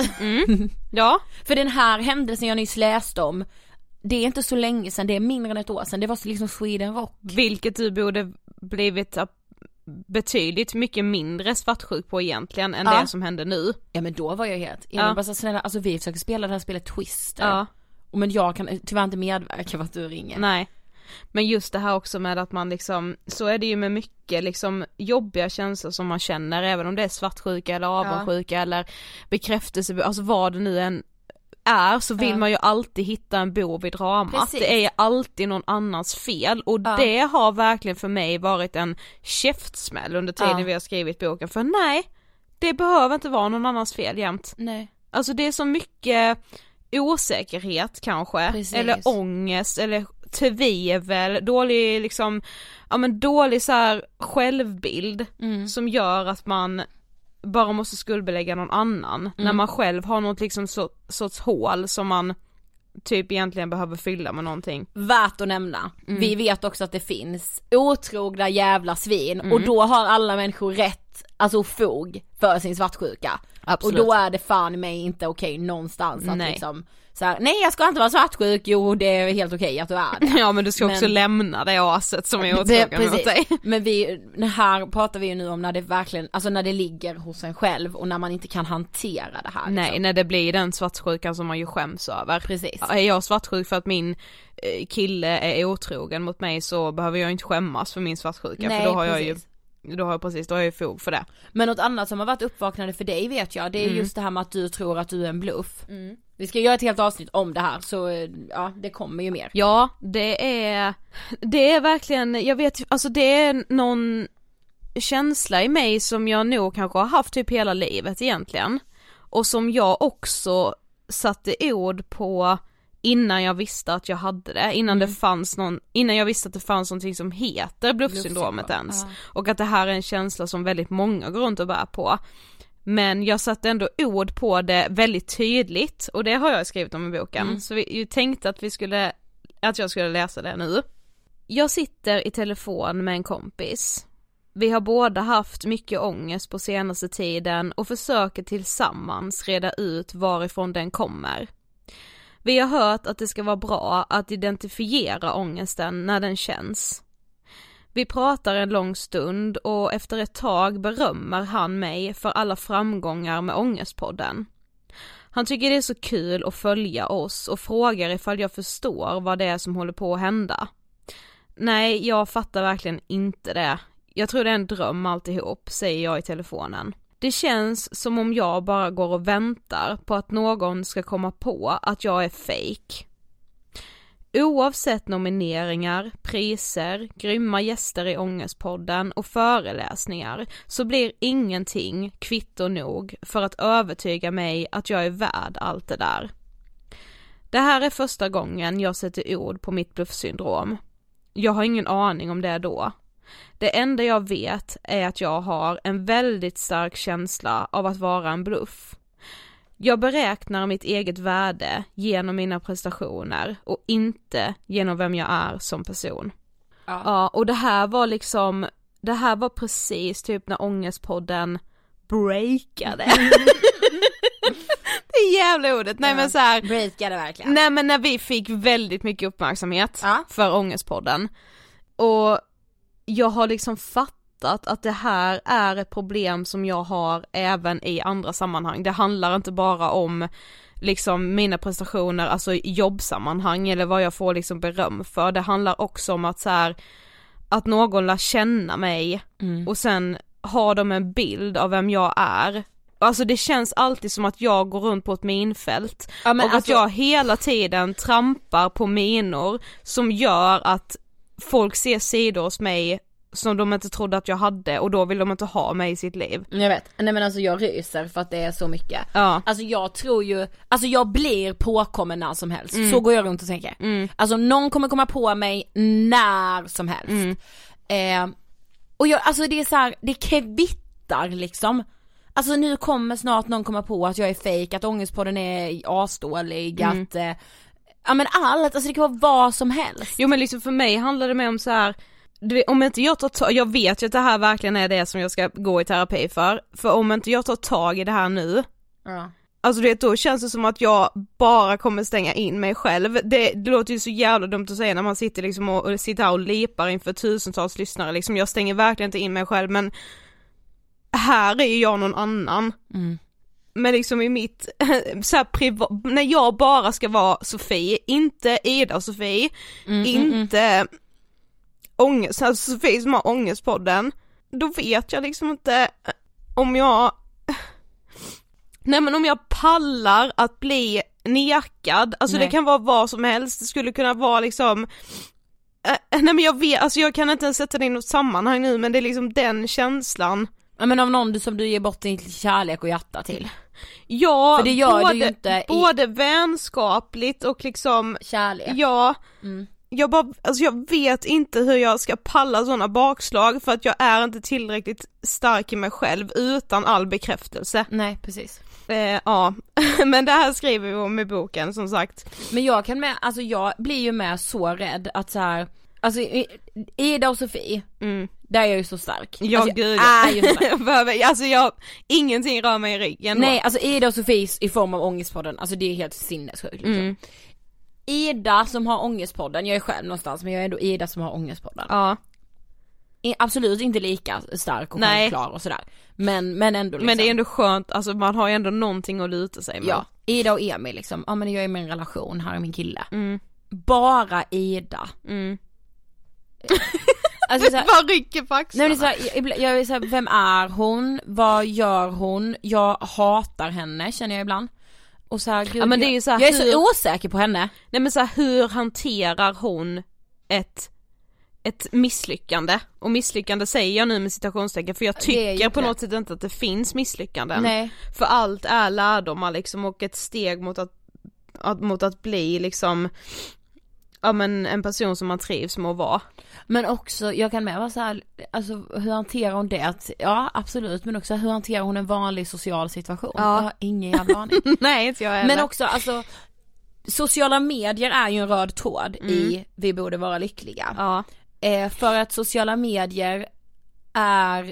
Ja. För den här händelsen jag nyss läste om, det är inte så länge sedan, det är mindre än ett år sedan. Det var liksom Sweden Rock. Vilket du borde blivit betydligt mycket mindre svartsjuk på egentligen än det som hände nu. Ja, men då var jag helt bara så snälla, alltså vi försöker spela det här spelet Twister. Men jag kan tyvärr inte medverka för att du ringer. Nej. Men just det här också med att man liksom, så är det ju med mycket liksom jobbiga känslor som man känner, även om det är svartsjuka eller avundsjuka eller bekräftelse, alltså vad det nu än är, så vill man ju alltid hitta en bov i dramat. Precis. Det är alltid någon annans fel, och det har verkligen för mig varit en käftsmäll under tiden vi har skrivit boken, för nej, det behöver inte vara någon annans fel jämt. Nej. Alltså det är så mycket osäkerhet kanske. Precis. Eller ångest eller tvivel, dålig liksom, dålig så här självbild som gör att man bara måste skuldbelägga någon annan när man själv har något liksom sorts hål som man typ egentligen behöver fylla med någonting. Värt att nämna. Vi vet också att det finns otrogna jävla svin och då har alla människor rätt, alltså fog för sin svartsjuka. Absolut. Och då är det fan i mig inte okej någonstans att liksom så här, nej jag ska inte vara svartsjuk, jo det är helt okej att du är det. Ja men du ska också lämna det aset som är otrogen mot dig. Men här pratar vi ju nu om när det verkligen, alltså när det ligger hos en själv och när man inte kan hantera det här. Nej, liksom. när det blir den svartsjukan som man ju skäms över. Precis. Är jag svartsjuk för att min kille är otrogen mot mig så behöver jag inte skämmas för min svartsjuka. Nej, för då har precis. Då har jag ju fog för det. Men något annat som har varit uppvaknande för dig vet jag, det är just det här med att du tror att du är en bluff. Vi ska göra ett helt avsnitt om det här, så ja, det kommer ju mer. Ja, det är verkligen, jag vet, alltså det är någon känsla i mig som jag nog kanske har haft typ hela livet egentligen. Och som jag också satte ord på innan jag visste att jag hade det, innan jag visste att det fanns någonting som heter bluffsyndromet ens. Och att det här är en känsla som väldigt många går runt och bär på. Men jag satte ändå ord på det väldigt tydligt, och det har jag skrivit om i boken. Så vi tänkte att jag skulle läsa det nu. Jag sitter i telefon med en kompis. Vi har båda haft mycket ångest på senaste tiden och försöker tillsammans reda ut varifrån den kommer. Vi har hört att det ska vara bra att identifiera ångesten när den känns. Vi pratar en lång stund och efter ett tag berömmer han mig för alla framgångar med Ångestpodden. Han tycker det är så kul att följa oss och frågar ifall jag förstår vad det är som håller på att hända. Nej, jag fattar verkligen inte det. Jag tror det är en dröm alltihop, säger jag i telefonen. Det känns som om jag bara går och väntar på att någon ska komma på att jag är fake. Oavsett nomineringar, priser, grymma gäster i Ångestpodden och föreläsningar så blir ingenting kvitto nog för att övertyga mig att jag är värd allt det där. Det här är första gången jag sätter ord på mitt bluffsyndrom. Jag har ingen aning om det då. Det enda jag vet är att jag har en väldigt stark känsla av att vara en bluff. Jag beräknar mitt eget värde genom mina prestationer och inte genom vem jag är som person. Ja, och det här var precis typ när Ångestpodden breakade. Det är jävla ordet. Nej, men så här, breakade verkligen. Nej, men när vi fick väldigt mycket uppmärksamhet för Ångestpodden. Och jag har liksom fattat att det här är ett problem som jag har även i andra sammanhang. Det handlar inte bara om liksom mina prestationer, alltså i jobbsammanhang eller vad jag får liksom beröm för. Det handlar också om att så här, att någon lär känna mig och sen har de en bild av vem jag är. Alltså det känns alltid som att jag går runt på ett minfält och alltså, att jag hela tiden trampar på minor som gör att folk ser sidor hos mig som de inte trodde att jag hade, och då vill de inte ha mig i sitt liv. Jag vet. Nej, men alltså jag ryser för att det är så mycket. Alltså jag tror ju, alltså jag blir påkommen när som helst. Så går jag runt och tänker. Alltså någon kommer komma på mig när som helst. Och jag, alltså det är så här, det kvittar liksom. Alltså nu kommer snart någon komma på att jag är fake, att Ångestpodden är asdålig, att ja men allt, alltså det kan vara vad som helst. Jo men liksom för mig handlar det mer om så här, om inte jag jag vet ju att det här verkligen är det som jag ska gå i terapi för om inte jag tar tag i det här nu, alltså det då känns det som att jag bara kommer stänga in mig själv. Det låter ju så jävla dumt att säga när man sitter liksom och sitter här och lipar inför tusentals lyssnare liksom. Jag stänger verkligen inte in mig själv, men här är ju jag någon annan. Men liksom i mitt så här när jag bara ska vara Sofie, inte Ida och Sofie, inte ångest, alltså Sofie som har Ångestpodden, då vet jag liksom inte om jag om jag pallar att bli nekad. Alltså det kan vara vad som helst. Det skulle kunna vara liksom nej men jag vet, alltså jag kan inte ens sätta det i något sammanhang nu, men det är liksom den känslan. Ja, men av någon som du ger bort din kärlek och hjärta till. Ja, för det gör du ju inte både vänskapligt och liksom kärlek. Ja. Jag vet inte hur jag ska palla sådana bakslag, för att jag är inte tillräckligt stark i mig själv utan all bekräftelse. Nej, precis. Ja, men det här skriver vi om i boken som sagt. Men jag blir ju med så rädd att så här, alltså Ida och Sofie, Där är jag ju så stark. Ja, alltså, gud. Ingenting rör mig i ryggen. Nej, alltså Ida och Sofies i form av Ångestpodden, alltså det är helt sinnessjukt liksom. Ida som har Ångestpodden, jag är själv någonstans, men jag är ändå Ida som har Ångestpodden. Ja. Absolut inte lika stark och självklar och sådär. Men ändå liksom. Men det är ändå skönt, alltså man har ju ändå någonting att luta sig med. Ja, Ida och Emil liksom, ja men jag är med i en relation, här är min kille. Bara Ida. Alltså, bara rycker på axlarna. Nej, jag är så här, vem är hon? Vad gör hon? Jag hatar henne, känner jag ibland. Och så här, gud, men det är ju så här, jag är så osäker på henne. Nej men så här, hur hanterar hon ett misslyckande? Och misslyckande säger jag nu med citationstecken, för jag tycker på något sätt inte att det finns misslyckanden. Nej. För allt är lärdomar liksom, och ett steg mot att bli liksom, ja men en person som man trivs med att vara. Men också, jag kan med vara så här, alltså hur hanterar hon det? Ja, absolut, men också hur hanterar hon en vanlig social situation? Ja. Jag har ingen jävla aning. Nej, inte jag heller. Men också, alltså sociala medier är ju en röd tråd i Vi borde vara lyckliga. Ja. För att sociala medier är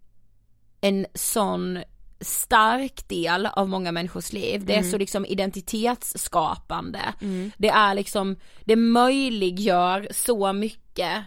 en sån stark del av många människors liv. Det är så liksom identitetsskapande. Det är liksom, det möjliggör så mycket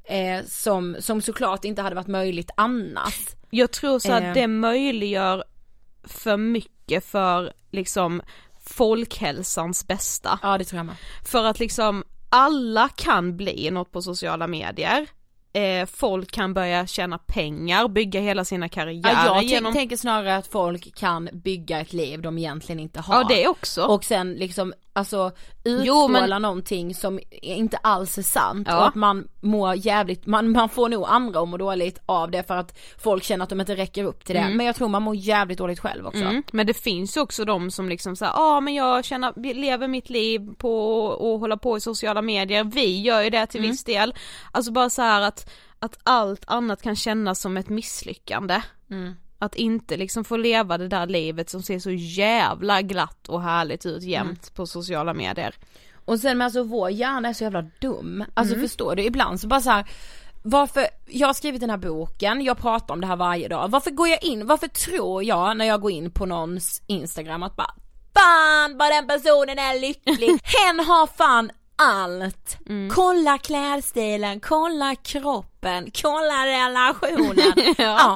som såklart inte hade varit möjligt annars. Jag tror så att det möjliggör för mycket för liksom folkhälsans bästa. Ja, det tror jag med. För att liksom alla kan bli något på sociala medier. Folk kan börja tjäna pengar, bygga hela sina karriärer. Jag tänker snarare att folk kan bygga ett liv de egentligen inte har. Ja, det också. Och sen liksom, alltså utstråla någonting som inte alls är sant. Och att man mår jävligt, man får nog andra att må dåligt av det för att folk känner att de inte räcker upp till det. Men jag tror man mår jävligt dåligt själv också. Men det finns också de som liksom säger, men jag lever mitt liv på och hålla på i sociala medier. Vi gör ju det till viss del. Alltså bara så här att allt annat kan kännas som ett misslyckande. Att inte liksom få leva det där livet som ser så jävla glatt och härligt ut jämt på sociala medier. Och sen, men alltså vår hjärna är så jävla dum. Alltså förstår du, ibland så bara så här, varför, jag har skrivit den här boken, jag pratar om det här varje dag. Varför tror jag när jag går in på någons Instagram att bara, fan vad den personen är lycklig. Hen har fan allt. Kolla klädstilen, kolla kroppen, kolla relationen.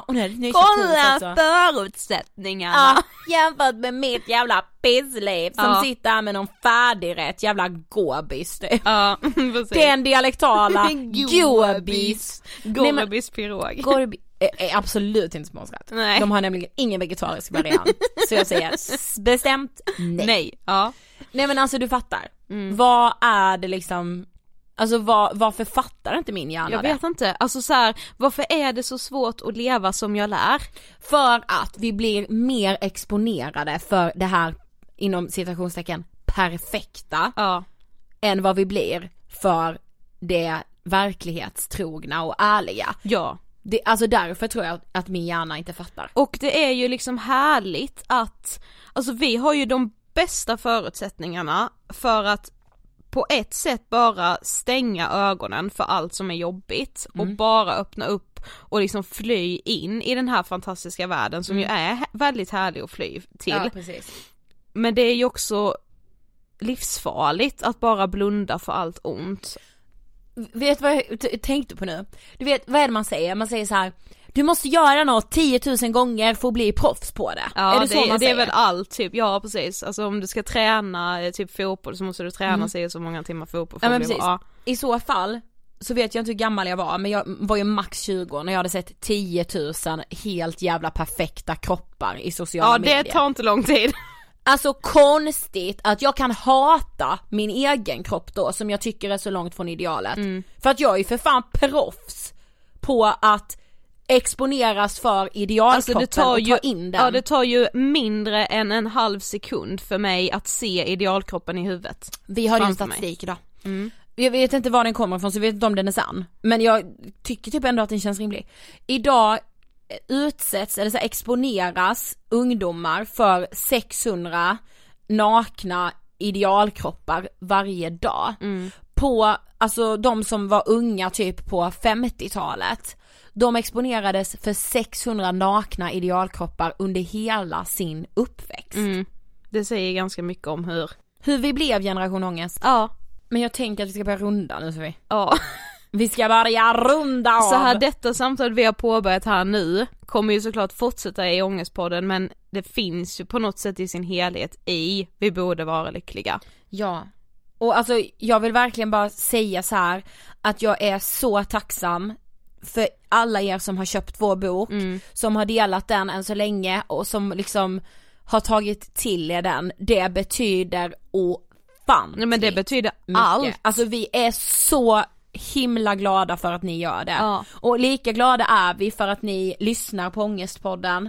Kolla förutsättningarna. Ja, jämfört med mitt jävla pissliv som sitter här med någon färdigrätt jävla gåbis. Ja, den dialektala gåbis. Gåbis pirog. Är absolut inte småskatt. De har nämligen ingen vegetarisk variant. Så jag säger bestämt nej. Nej men alltså du fattar. Vad är det liksom, alltså varför fattar inte min hjärna Jag vet inte, alltså så här, varför är det så svårt att leva som jag lär? För att vi blir mer exponerade för det här inom citationstecken perfekta än vad vi blir för det verklighetstrogna och ärliga. Ja. Alltså därför tror jag att min hjärna inte fattar. Och det är ju liksom härligt att, alltså vi har ju de bästa förutsättningarna för att på ett sätt bara stänga ögonen för allt som är jobbigt och bara öppna upp och liksom fly in i den här fantastiska världen som ju är väldigt härlig att fly till. Ja, precis. Men det är ju också livsfarligt att bara blunda för allt ont. Vet vad jag tänkte på nu? Du vet, vad är det man säger? Man säger så här: du måste göra något 10 000 gånger för att bli proffs på det. Ja, är det så man det säger? är väl allt typ, ja precis. Alltså om du ska träna typ fotboll så måste du träna sig så många timmar fotboll för att bli bra. I så fall så vet jag inte hur gammal jag var, men jag var ju max 20 när jag hade sett 10 000 helt jävla perfekta kroppar i sociala medier. Ja, det tar inte lång tid. Alltså konstigt att jag kan hata min egen kropp då, som jag tycker är så långt från idealet. För att jag är ju för fan proffs på att exponeras för idealkroppen, alltså och ta in den. Ja, det tar ju mindre än en halv sekund för mig att se idealkroppen i huvudet. Vi har ju en statistik idag. Jag vet inte var den kommer ifrån, så jag vet inte om den är sann. Men jag tycker typ ändå att den känns rimlig. Idag utsätts, eller så exponeras ungdomar för 600 nakna idealkroppar varje dag. På, alltså de som var unga typ på 50-talet, De exponerades för 600 nakna idealkroppar under hela sin uppväxt. Det säger ganska mycket om hur vi blev generation ångest. Ja. Men jag tänker att vi ska börja runda nu, Sofie. Ja. Vi ska börja runda av. Så här, detta samtal vi har påbörjat här nu kommer ju såklart fortsätta i Ångestpodden, men det finns ju på något sätt i sin helhet i Vi borde vara lyckliga. Ja. Och alltså jag vill verkligen bara säga så här att jag är så tacksam för alla er som har köpt vår bok, som har delat den än så länge och som liksom har tagit till er den. Det betyder Nej, men det betyder mycket. Allt. Alltså vi är så himla glada för att ni gör det. Ja. Och lika glada är vi för att ni lyssnar på Ångestpodden.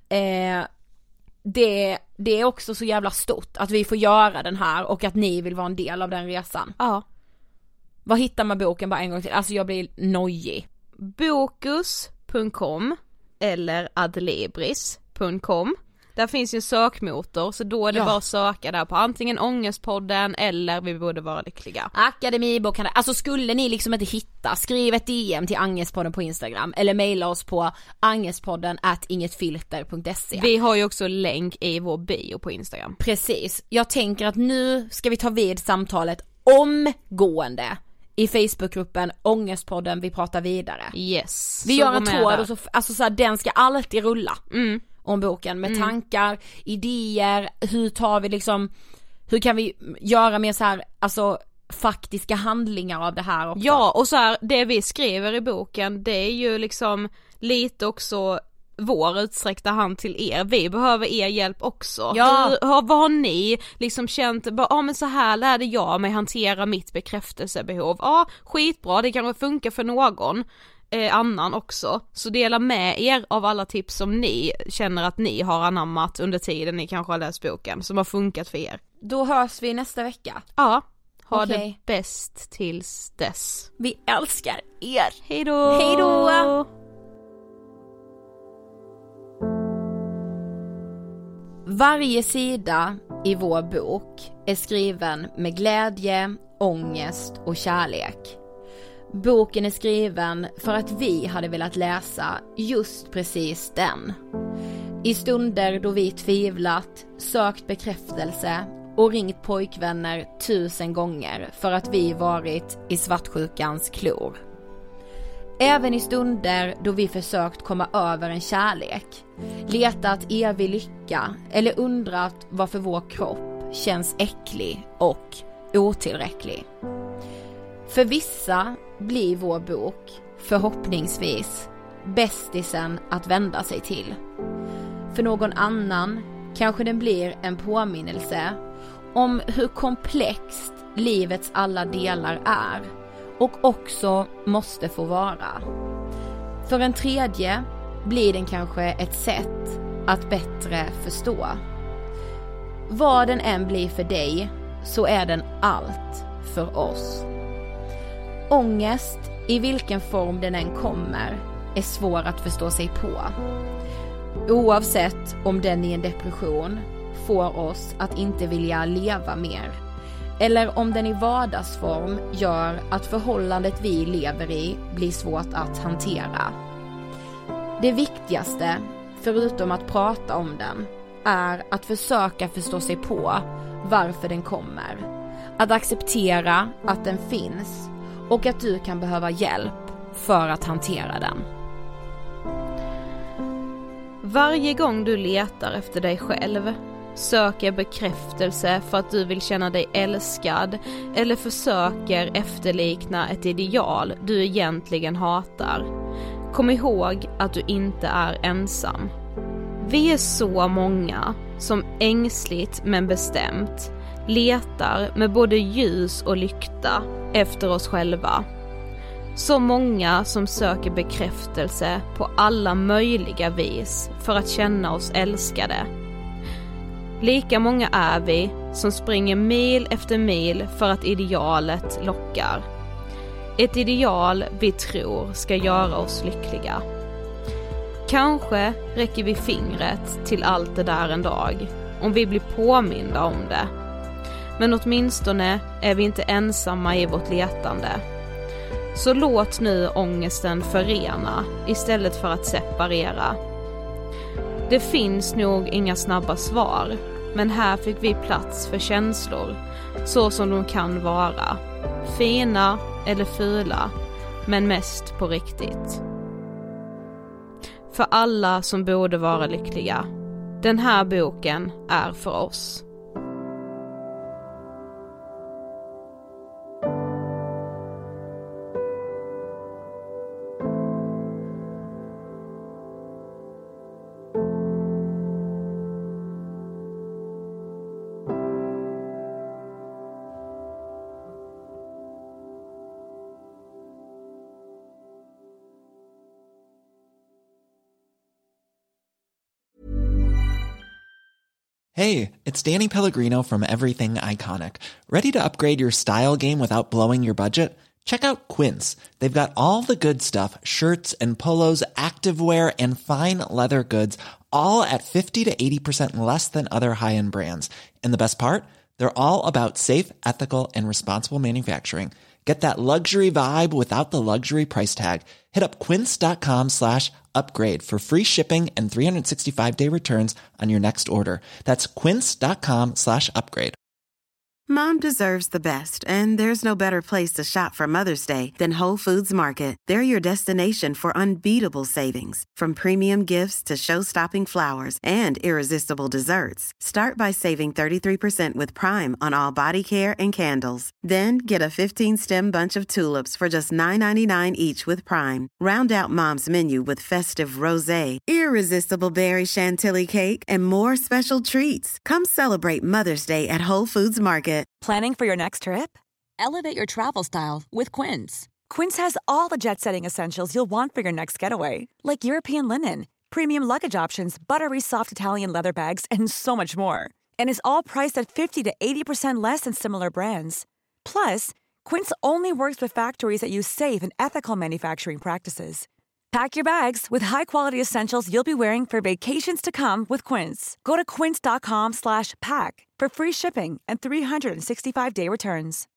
Det är också så jävla stort att vi får göra den här och att ni vill vara en del av den resan. Ja. Vad hittar man boken bara en gång till? Alltså jag blir nojig. Bokus.com eller adlibris.com. Där finns ju en sökmotor, så då är det bara att söka där på antingen Ångestpodden eller Vi borde vara lyckliga. Akademibokhandeln. Alltså skulle ni liksom inte hitta, skriv ett DM till Angestpodden på Instagram eller mejla oss på angestpodden@ingetfilter.se. Vi har ju också länk i vår bio på Instagram. Precis. Jag tänker att nu ska vi ta vid samtalet omgående i Facebookgruppen Ångestpodden Vi pratar vidare. Yes. Vi gör en tråd och så, alltså så här, den ska alltid rulla. Om boken med tankar, idéer, hur kan vi göra mer så här, alltså faktiska handlingar av det här också. Ja, och så här, det vi skriver i boken, det är ju liksom lite också vår utsträckta hand till er. Vi behöver er hjälp också. Ja. Vad har ni liksom känt, men så här lärde jag mig hantera mitt bekräftelsebehov. Ja, skitbra, det kanske funkar för någon annan också. Så dela med er av alla tips som ni känner att ni har anammat under tiden ni kanske har läst boken, som har funkat för er. Då hörs vi nästa vecka. Ja, ha det bäst tills dess. Vi älskar er. Hej då. Hej då. Varje sida i vår bok är skriven med glädje, ångest och kärlek. Boken är skriven för att vi hade velat läsa just precis den. I stunder då vi tvivlat, sökt bekräftelse och ringt pojkvänner 1000 gånger för att vi varit i svartsjukans klor. Även i stunder då vi försökt komma över en kärlek, letat evig lycka eller undrat varför vår kropp känns äcklig och otillräcklig. För vissa blir vår bok förhoppningsvis bästisen att vända sig till. För någon annan kanske den blir en påminnelse om hur komplext livets alla delar är och också måste få vara. För en tredje blir den kanske ett sätt att bättre förstå. Vad den än blir för dig så är den allt för oss. Ångest, i vilken form den än kommer, är svår att förstå sig på. Oavsett om den i en depression får oss att inte vilja leva mer, eller om den i vardagsform gör att förhållandet vi lever i blir svårt att hantera. Det viktigaste, förutom att prata om den, är att försöka förstå sig på varför den kommer. Att acceptera att den finns och att du kan behöva hjälp för att hantera den. Varje gång du letar efter dig själv, söker bekräftelse för att du vill känna dig älskad eller försöker efterlikna ett ideal du egentligen hatar, kom ihåg att du inte är ensam. Vi är så många som ängsligt men bestämt letar med både ljus och lykta efter oss själva. Så många som söker bekräftelse på alla möjliga vis för att känna oss älskade. Lika många är vi som springer mil efter mil för att idealet lockar. Ett ideal vi tror ska göra oss lyckliga. Kanske räcker vi fingret till allt det där en dag, om vi blir påminda om det. Men åtminstone är vi inte ensamma i vårt letande. Så låt nu ångesten förena istället för att separera. Det finns nog inga snabba svar, men här fick vi plats för känslor, så som de kan vara. Fina eller fula, men mest på riktigt. För alla som borde vara lyckliga. Den här boken är för oss. Hey, it's Danny Pellegrino from Everything Iconic. Ready to upgrade your style game without blowing your budget? Check out Quince. They've got all the good stuff, shirts and polos, activewear and fine leather goods, all at 50 to 80% less than other high-end brands. And the best part? They're all about safe, ethical and responsible manufacturing. Get that luxury vibe without the luxury price tag. Hit up quince.com/upgrade for free shipping and 365-day returns on your next order. That's quince.com/upgrade. Mom deserves the best, and there's no better place to shop for Mother's Day than Whole Foods Market. They're your destination for unbeatable savings, from premium gifts to show-stopping flowers and irresistible desserts. Start by saving 33% with Prime on all body care and candles. Then get a 15-stem bunch of tulips for just $9.99 each with Prime. Round out Mom's menu with festive rosé, irresistible berry chantilly cake, and more special treats. Come celebrate Mother's Day at Whole Foods Market. Planning for your next trip? Elevate your travel style with Quince. Quince has all the jet-setting essentials you'll want for your next getaway, like European linen, premium luggage options, buttery soft Italian leather bags, and so much more. And is all priced at 50 to 80% less than similar brands. Plus, Quince only works with factories that use safe and ethical manufacturing practices. Pack your bags with high-quality essentials you'll be wearing for vacations to come with Quince. Go to quince.com/pack for free shipping and 365-day returns.